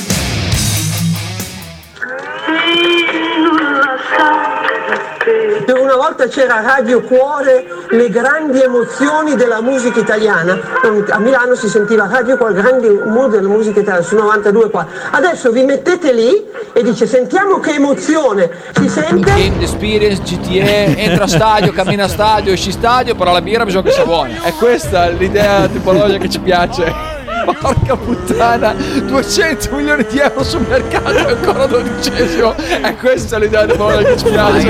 Una volta c'era Radio Cuore, le grandi emozioni della musica italiana. A Milano si sentiva Radio Cuore, grandi umori della musica italiana, su novantadue qua. Adesso vi mettete lì e dice sentiamo che emozione, si sente? Game Experience, G T A, entra a stadio, cammina a stadio, esci stadio, però la birra bisogna che sia buona. È questa l'idea tipologica che ci piace. Porca puttana, duecento milioni di euro sul mercato e ancora dodicesimo. È questa l'idea tipologica che ci piace.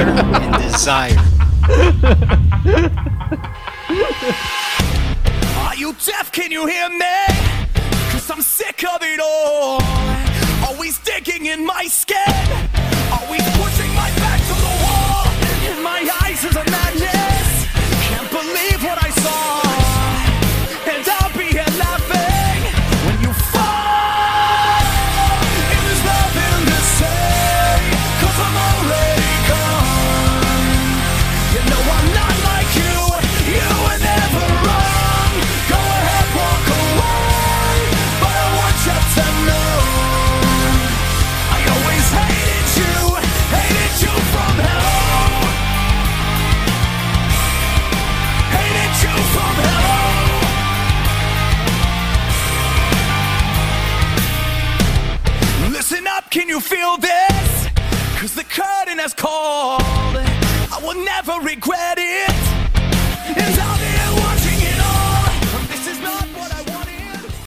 Are you deaf? Can you hear me? Cause I'm sick of it all. Always digging in my skin. Always pushing my back to the wall. In my eyes is a madness. Can't believe what I saw. And I'll be here laughing when you fall. And there's nothing to say. Cause I'm already gone. You know I'm not like you. You were never wrong. Go ahead, walk away. But I want you to know I always hated you. Hated you from hell. Hated you from hell. Listen up, can you feel this? Cause the curtain has called. I will never regret it.